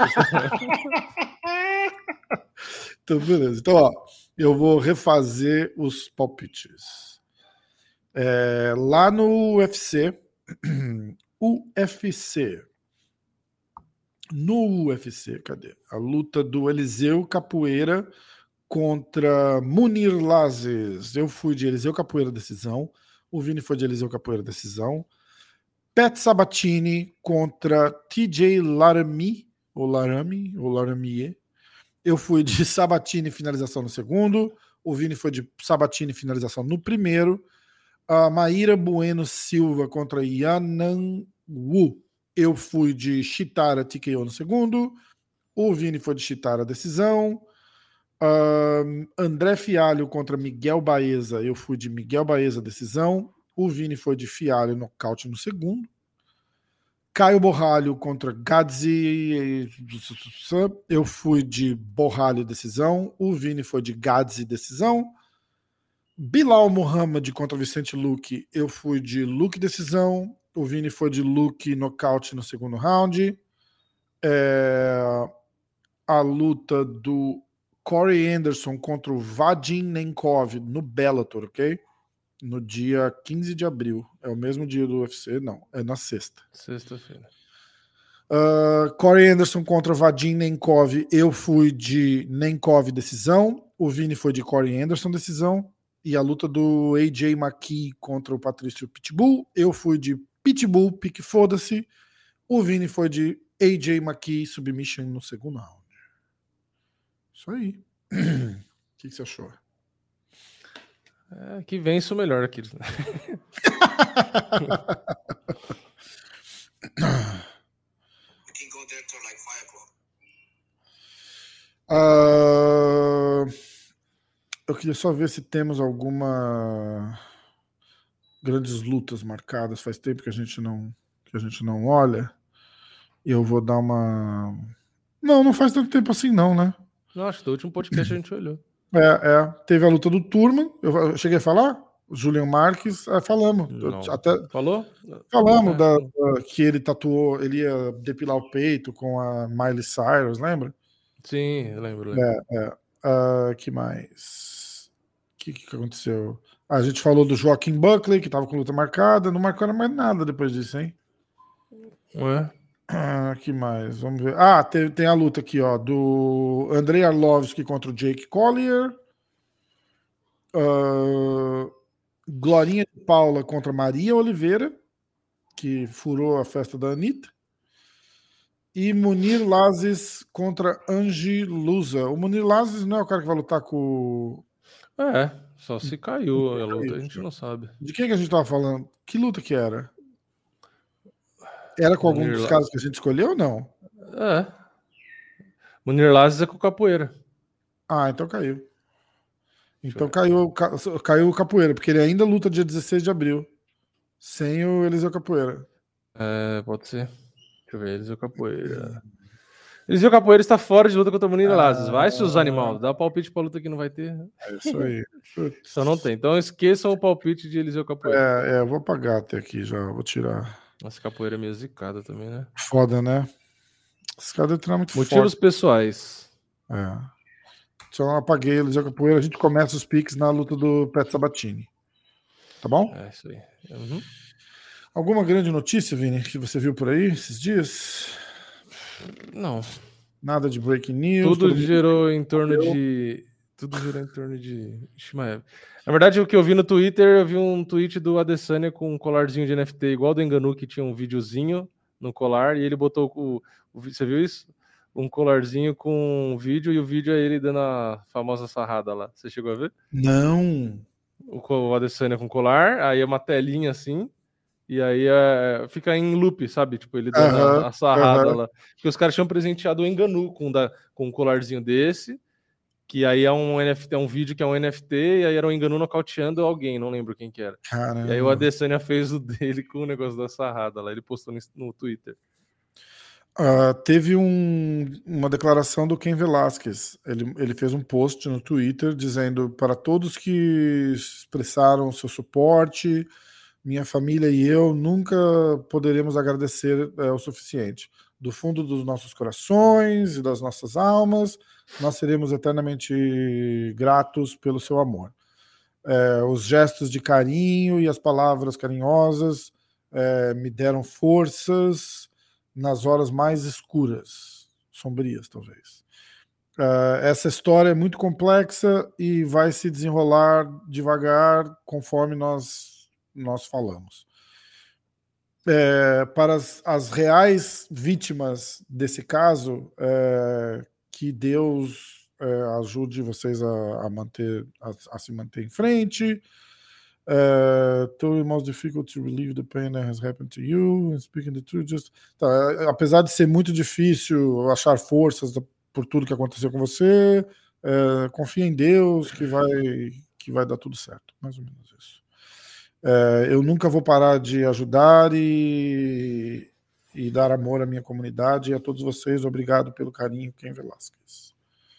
Então, beleza. Então, ó, eu vou refazer os palpites. É, lá no U F C, U F C, no U F C, cadê? A luta do Eliseu Capoeira contra Munir Lazes. Eu fui de Eliseu Capoeira, decisão. O Vini foi de Eliseu Capoeira, decisão. Pat Sabatini contra T J Laramie, ou Laramie, ou Laramie. Eu fui de Sabatini, finalização no segundo. O Vini foi de Sabatini, finalização no primeiro. A Maíra Bueno Silva contra Yanan Wu. Eu fui de Chitara T K O no segundo. O Vini foi de Chitara, decisão. Uh, André Fialho contra Miguel Baeza. Eu fui de Miguel Baeza, decisão. O Vini foi de Fialho, nocaute no segundo. Caio Borralho contra Gadzi. Eu fui de Borralho, decisão. O Vini foi de Gadzi, decisão. Bilal Muhammad contra Vicente Luque. Eu fui de Luque, decisão. O Vini foi de Luque, nocaute no segundo round. É... A luta do Corey Anderson contra o Vadim Nemkov no Bellator, ok? No dia quinze de abril. É o mesmo dia do U F C? Não, é na sexta. Sexta-feira. Uh, Corey Anderson contra Vadim Nemkov. Eu fui de Nemkov, decisão. O Vini foi de Corey Anderson, decisão. E a luta do A J McKee contra o Patrício Pitbull. Eu fui de Pitbull, pique foda-se. O Vini foi de A J McKee, submission no segundo round. Isso aí. O que, que você achou? É, que vem isso melhor aqui. Uh, eu queria só ver se temos alguma grandes lutas marcadas. Faz tempo que a gente não, que a gente não olha. E eu vou dar uma... Não, não faz tanto tempo assim não, né? Não, acho que do último podcast a gente olhou. É, é. Teve a luta do Turman. Eu, eu cheguei a falar? O Julian Marques. É, falamos. Não. Até, Falou? falamos é, da, da, que ele tatuou, ele ia depilar o peito com a Miley Cyrus, lembra? Sim, eu lembro. lembro. É, é. Uh, que mais? O que, que aconteceu? A gente falou do Joaquim Buckley, que tava com luta marcada. Não marcaram mais nada depois disso, hein? Ué? Ah, que mais? Vamos ver. Ah, tem, tem a luta aqui, ó, do Andrei Arlovski contra o Jake Collier. Uh, Glorinha de Paula contra Maria Oliveira, que furou a festa da Anitta. E Munir Lazes contra Angie Lusa. O Munir Lazes não é o cara que vai lutar com... É, só se caiu a luta, a gente não sabe. De quem que a gente tava falando? Que luta que era? Era com algum Munir dos La... caras que a gente escolheu ou não? É. Munir Lazes é com capoeira. Ah, então caiu. Então caiu, caiu o Capoeira, porque ele ainda luta dia dezesseis de abril. Sem o Eliseu Capoeira. É, pode ser. Deixa eu ver, Eliseu Capoeira. Eliseu Capoeira está fora de luta contra o Munir ah, Lazes. Vai, seus animais. Dá palpite pra luta que não vai ter. É isso aí. Só não tem. Então esqueçam o palpite de Eliseu Capoeira. É, é, eu vou apagar até aqui já. Vou tirar. Nossa, Capoeira é meio zicada também, né? Foda, né? Esse cara é muito Motivos forte. pessoais. É. Só não apaguei Eliseu Capoeira. A gente começa os piques na luta do Pet Sabatini. Tá bom? É isso aí. Uhum. Alguma grande notícia, Vini, que você viu por aí esses dias? Não. Nada de breaking news. Tudo gerou em torno de... Tudo girou em torno de Shimaev. Na verdade, o que eu vi no Twitter, eu vi um tweet do Adesanya com um colarzinho de N F T igual do Ngannou, que tinha um videozinho no colar, e ele botou o... o você viu isso? Um colarzinho com um vídeo, e o vídeo é ele dando a famosa sarrada lá. Você chegou a ver? Não. O, o Adesanya com colar, aí é uma telinha assim, e aí é, fica em loop, sabe? Tipo, ele dando uh-huh, a, a sarrada uh-huh. lá. Porque os caras tinham presenteado o Ngannou com, da, com um colarzinho desse, que aí é um N F T, é um vídeo que é um N F T, e aí era o Ngannou nocauteando alguém, não lembro quem que era. Caramba. E aí o Adesanya fez o dele com o negócio da sarrada lá, ele postou no, no Twitter. Uh, teve um, uma declaração do Ken Velasquez. Ele, ele fez um post no Twitter dizendo: para todos que expressaram seu suporte, minha família e eu nunca poderemos agradecer é, o suficiente. Do fundo dos nossos corações e das nossas almas, nós seremos eternamente gratos pelo seu amor. É, os gestos de carinho e as palavras carinhosas é, me deram forças nas horas mais escuras, sombrias talvez. Uh, essa história é muito complexa e vai se desenrolar devagar conforme nós, nós falamos. É, para as, as reais vítimas desse caso, é, que Deus é, ajude vocês a, a, manter, a, a se manter em frente. Uh, totally most difficult to relieve the pain that has happened to you and speaking the truth just tá, apesar de ser muito difícil achar forças por tudo que aconteceu com você, uh, confia em Deus que vai que vai dar tudo certo, mais ou menos isso. Uh, eu nunca vou parar de ajudar e, e dar amor à minha comunidade e a todos vocês. Obrigado pelo carinho, Ken Velasquez.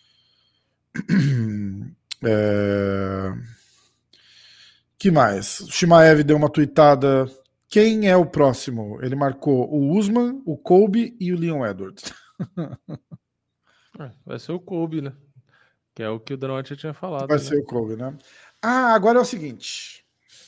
uh, Que mais? Shimaev deu uma tweetada. Quem é o próximo? Ele marcou o Usman, o Colby e o Leon Edwards. É, vai ser o Colby, né? Que é o que o Danotti tinha falado. Vai né? ser o Colby, né? Ah, agora é o seguinte.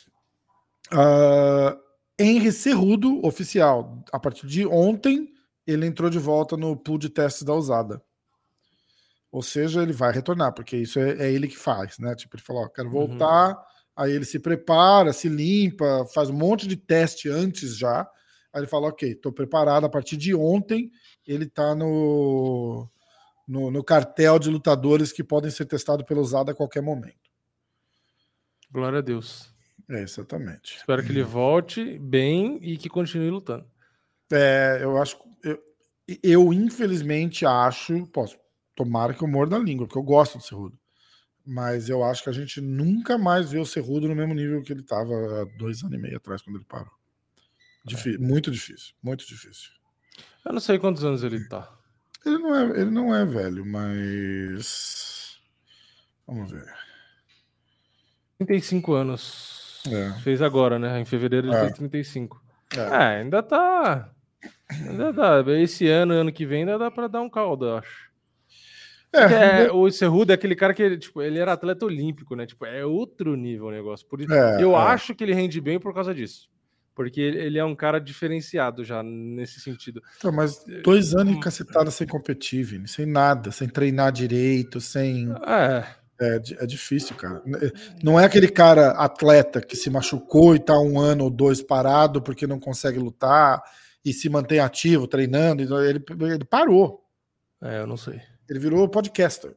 Uh, Henry Cerrudo, oficial. A partir de ontem, ele entrou de volta no pool de testes da usada. Ou seja, ele vai retornar, porque isso é, é ele que faz, né? Tipo, ele falou, ó, quero voltar... Uhum. Aí ele se prepara, se limpa, faz um monte de teste antes já. Aí ele fala, ok, estou preparado. A partir de ontem, ele está no, no, no cartel de lutadores que podem ser testados pela usada a qualquer momento. Glória a Deus. É, exatamente. Espero que ele volte bem e que continue lutando. É, eu acho... Eu, eu infelizmente, acho... Posso tomara que eu morda a língua, porque eu gosto do Cerrudo. Mas eu acho que a gente nunca mais vê o Cerrudo no mesmo nível que ele estava há dois anos e meio atrás, quando ele parou. Difí- é. Muito difícil, muito difícil. Eu não sei quantos anos ele tá. Ele não é, ele não é velho, mas... Vamos ver. trinta e cinco anos. É. Fez agora, né? Em fevereiro ele é. fez trinta e cinco. É. é, ainda tá... Ainda dá. Esse ano, ano que vem, ainda dá pra dar um caldo, eu acho. É, é, o Cerrudo é aquele cara que tipo, ele era atleta olímpico, né? Tipo, é outro nível o negócio. Por isso, é, eu é. acho que ele rende bem por causa disso. Porque ele é um cara diferenciado já nesse sentido. Então, mas dois anos e cacetada sem competir, Vini, sem nada, sem treinar direito, sem... É. É, é difícil, cara. Não é aquele cara atleta que se machucou e tá um ano ou dois parado porque não consegue lutar e se mantém ativo, treinando. Ele, ele parou. É, eu não sei. Ele virou podcaster.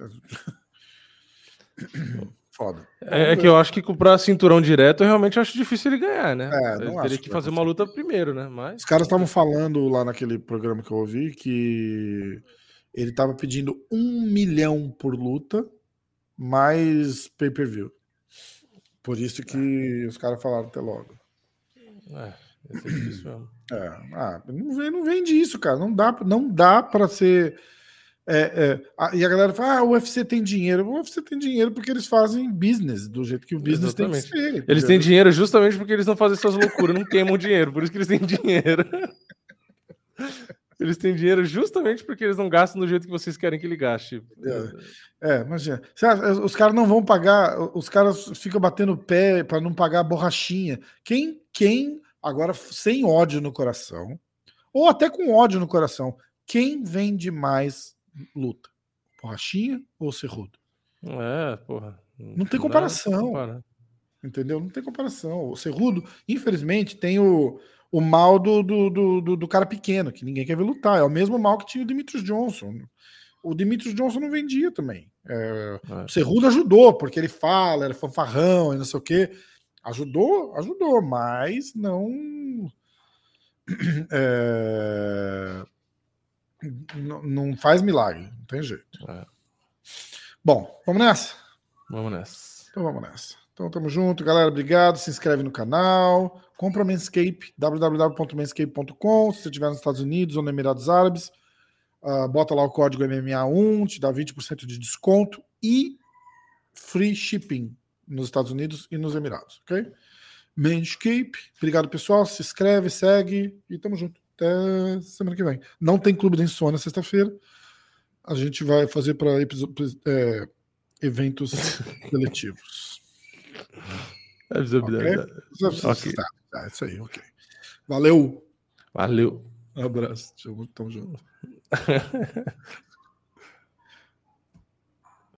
Foda. É, é que eu acho que pra cinturão direto, eu realmente acho difícil ele ganhar, né? É, ele não teria acho que que fazer uma luta primeiro, né? Mas... Os caras estavam falando lá naquele programa que eu ouvi que ele tava pedindo um milhão por luta mais pay-per-view. Por isso que os caras falaram até logo. É, esse é difícil mesmo. É, ah, não, vem, não vende isso, cara. Não dá, não dá pra ser... É, é, a, e a galera fala, ah, o U F C tem dinheiro. O U F C tem dinheiro porque eles fazem business, do jeito que o business Exatamente. tem que ser. Eles entendeu? Têm dinheiro justamente porque eles não fazem essas loucuras, não queimam dinheiro, por isso que eles têm dinheiro. Eles têm dinheiro justamente porque eles não gastam do jeito que vocês querem que ele gaste. É, é imagina. Os caras não vão pagar, os caras ficam batendo o pé para não pagar a borrachinha. Quem, quem, agora sem ódio no coração, ou até com ódio no coração, quem vende mais luta? Borrachinha ou Cerrudo? É, porra. Não tem comparação. Entendeu? Não tem comparação. O Cerrudo, infelizmente, tem o, o mal do, do, do, do cara pequeno, que ninguém quer ver lutar. É o mesmo mal que tinha o Demetrius Johnson. O Demetrius Johnson não vendia também. É, é. O Cerrudo ajudou, porque ele fala, era fanfarrão e não sei o quê. Ajudou, ajudou, mas não... É, não, não faz milagre, não tem jeito. É. Bom, vamos nessa? Vamos nessa. Então vamos nessa. Então tamo junto, galera. Obrigado. Se inscreve no canal. Compra Manscaped, w w w ponto manscaped ponto com. Se você estiver nos Estados Unidos ou nos Emirados Árabes, uh, bota lá o código M M A um, te dá vinte por cento de desconto e free shipping nos Estados Unidos e nos Emirados, ok? Manscaped. Obrigado, pessoal. Se inscreve, segue e tamo junto. Até semana que vem. Não tem Clube da Insônia sexta-feira. A gente vai fazer para é, eventos seletivos. É visibilidade. Okay? Okay. Tá, tá, isso aí, ok. Valeu. Valeu. Um abraço. Tamo junto.